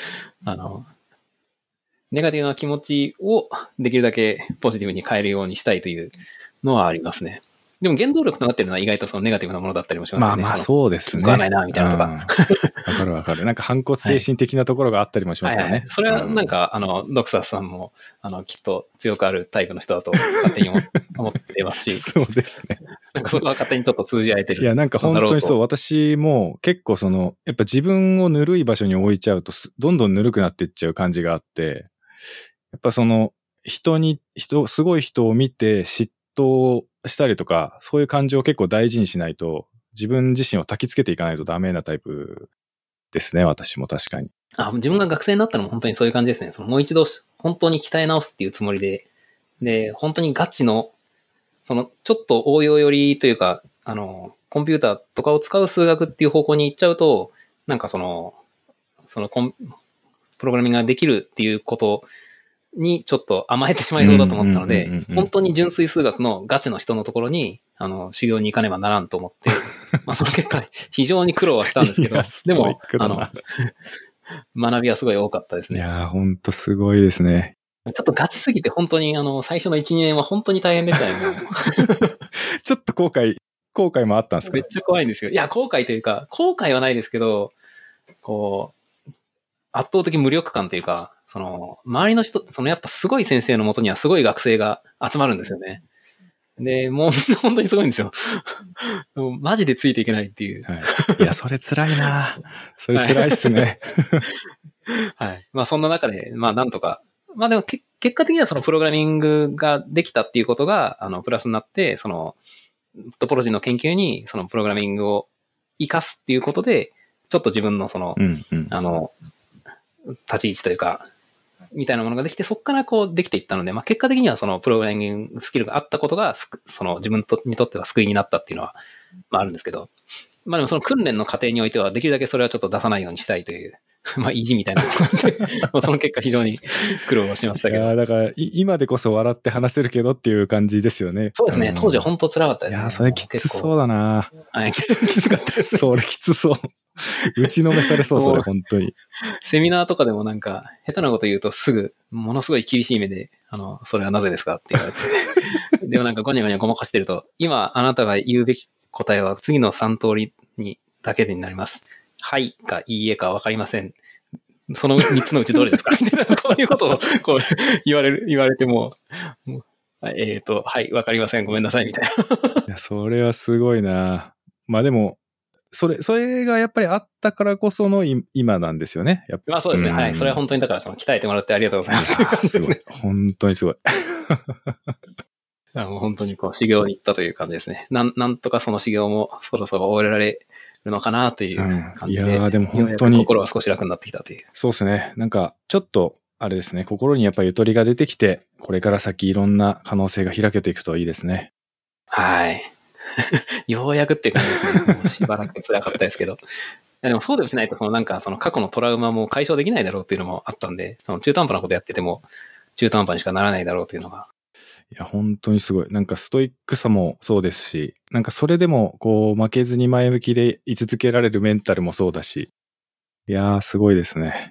ネガティブな気持ちをできるだけポジティブに変えるようにしたいというのはありますね。でも原動力となっているのは意外とそのネガティブなものだったりもしますね。 まあそうですね。 気がないな、みたいなとか。 わかるわかる。なんか反骨精神的なところがあったりもしますよね。はいはい、 それはなんか、ドクサーさんも、きっと強くあるタイプの人だと勝手に思ってますし。 そうですね。 なんかそこは勝手にちょっと通じ合えてる。 いや、なんか本当にそう。私も結構やっぱ自分をぬるい場所に置いちゃうと、どんどんぬるくなっていっちゃう感じがあって、やっぱすごい人を見て嫉妬したりとか、そういう感情を結構大事にしないと、自分自身を焚きつけていかないとダメなタイプですね、私も確かに。 自分が学生になったのも本当にそういう感じですね。もう一度本当に鍛え直すっていうつもりで、で、本当にガチの、ちょっと応用寄りというか、コンピューターとかを使う数学っていう方向に行っちゃうと、なんかプログラミングができるっていうことにちょっと甘えてしまいそうだと思ったので、本当に純粋数学のガチの人のところに、修行に行かねばならんと思って、まあその結果、非常に苦労はしたんですけど、でも、学びはすごい多かったですね。 いやー、ほんとすごいですね。 ちょっとガチすぎて本当に最初の1、2年は本当に大変でしたね。 ちょっと後悔もあったんですか？ めっちゃ怖いんですよ。いや、後悔というか、後悔はないですけど、圧倒的無力感というか、周りの人、やっぱすごい先生のもとにはすごい学生が集まるんですよね。で、もうみんな本当にすごいんですよ。マジでついていけないっていう。 はい、いや、それ辛いなそれ辛いっすね。 はい。まあそんな中で、まあなんとか、まあでも結果的にはプログラミングができたっていうことが、プラスになって、トポロジーの研究にプログラミングを活かすっていうことで、ちょっと自分の立ち位置というか、みたいなものができて、そこからできていったので、まあ結果的にはプログラミングスキルがあったことが、自分にとっては救いになったっていうのは、まああるんですけど、まあでも訓練の過程においては、できるだけそれはちょっと出さないようにしたいという、まあ意地みたいなその結果非常に苦労しましたけど。 いやだから今でこそ笑って話せるけどっていう感じですよね。 そうですね。当時は本当辛かったですね。 いやそれきつそうだな。 はい。きつかったです。 それきつそう。 打ちのめされそう、それ、本当に。 セミナーとかでもなんか、下手なこと言うとすぐ、ものすごい厳しい目で、それはなぜですかって言われて。でもなんかゴニャゴニャごまかしてると、今あなたが言うべき答えは次の3通りにだけになります。はいかいいえかわかりません。その3つのうちどれですかみたいな、そういうことをこう言われても、はい、わかりません。ごめんなさい、みたいな。 いや、それはすごいな。まあでも、それがやっぱりあったからこその今なんですよね。やっぱまあそうですね。はい。それは本当にだから鍛えてもらってありがとうございます。 すごい。本当にすごい。 もう本当にこう修行に行ったという感じですね。なんとかその修行もそろそろ終えられるのかなという感じで。 いやーでも本当に。 心は少し楽になってきたという。 そうですね。なんかちょっとあれですね。心にやっぱりゆとりが出てきて、これから先いろんな可能性が開けていくといいですね。 はい。ようやくっていう感じですね。もうしばらく辛かったですけど。でもそうでもしないと、なんか過去のトラウマも解消できないだろうっていうのもあったんで、中途半端なことやってても、中途半端にしかならないだろうというのが。 いや、本当にすごい。なんかストイックさもそうですし、なんかそれでもこう負けずに前向きで居続けられるメンタルもそうだし、いやーすごいですね。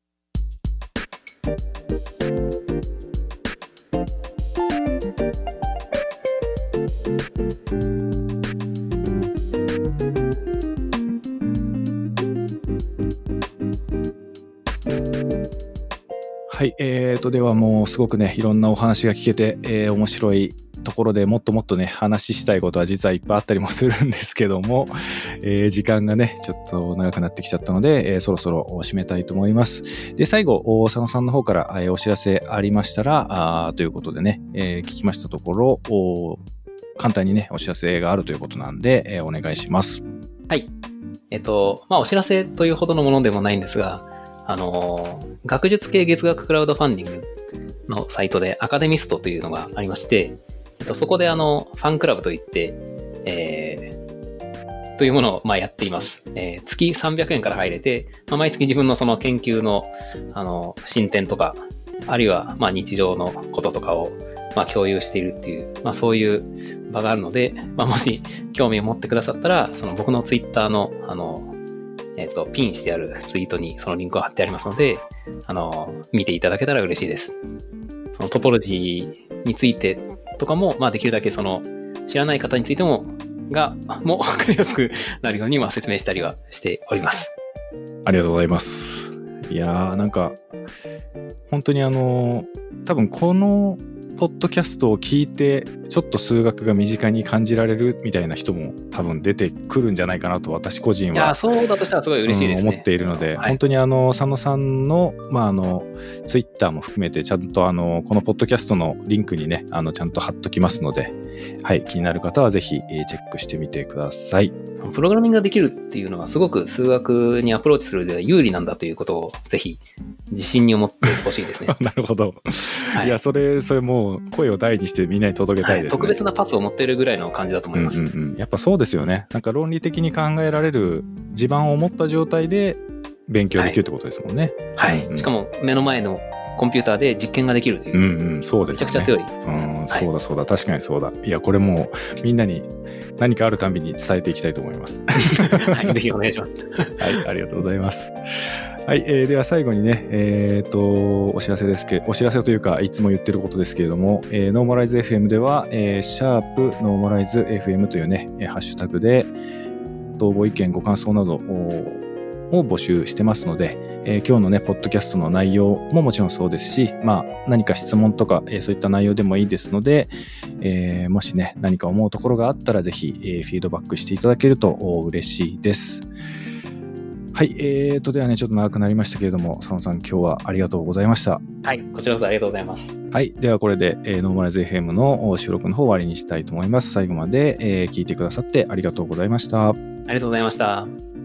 はい、ではもうすごくね、いろんなお話が聞けて、面白いところでもっともっとね、話したいことは実はいっぱいあったりもするんですけども、時間がね、ちょっと長くなってきちゃったので、そろそろ締めたいと思います。で、最後、佐野さんの方から、お知らせありましたら、ということでね、聞きましたところ、簡単にね、お知らせがあるということなんで、お願いします。 はい。まあ、お知らせというほどのものでもないんですが、学術系月額クラウドファンディングのサイトでアカデミストというのがありまして、そこでファンクラブといって、というものをまあやっています。月300円から入れて、まあ、毎月自分のその研究の進展とか、あるいはまあ日常のこととかをまあ共有しているっていう、まあそういう場があるので、まあもし興味を持ってくださったら、その僕のツイッターのピンしてあるツイートにそのリンクを貼ってありますので、見ていただけたら嬉しいです。そのトポロジーについてとかも、まあできるだけその知らない方についても分かりやすくなるようにまあ説明したりはしております。 ありがとうございます。いやーなんか本当に多分このポッドキャストを聞いてちょっと数学が身近に感じられるみたいな人も多分出てくるんじゃないかなと私個人は、 いやそうだとしたらすごい嬉しいですね、 思っているので、 はい、 本当に佐野さんのツイッターも含めてちゃんとこのポッドキャストのリンクにねちゃんと貼っときますので、はい気になる方はぜひチェックしてみてください。 プログラミングができるっていうのはすごく数学にアプローチする上では有利なんだということをぜひ自信に思ってほしいですね。 なるほど。はい、いやそれもう声を大にしてみんなに届けたいですね。 特別なパスを持っているぐらいの感じだと思います。 やっぱそうですよね。なんか論理的に考えられる地盤を持った状態で勉強できるってことですもんね。 はい。しかも目の前のコンピューターで実験ができるという。 そうですね。 めちゃくちゃ強い。 そうだ。確かにそうだ。いや、これもうみんなに何かあるたびに伝えていきたいと思います。 はい。ぜひお願いします。 はい。ありがとうございます。はい。では最後にね、お知らせというか、いつも言ってることですけれども、ノーマライズ FM では、シャープノーマライズ FM というね、ハッシュタグで、ご意見、ご感想などを募集してますので、今日のね、ポッドキャストの内容ももちろんそうですし、まあ、何か質問とか、そういった内容でもいいですので、もしね、何か思うところがあったら、ぜひ、フィードバックしていただけると嬉しいです。はい、ではね、ちょっと長くなりましたけれども、佐野さん、今日はありがとうございました。 はい、こちらこそありがとうございます。 はい、ではこれで、ノーマライズ FM の収録の方を終わりにしたいと思います。最後まで、聞いてくださってありがとうございました。 ありがとうございました。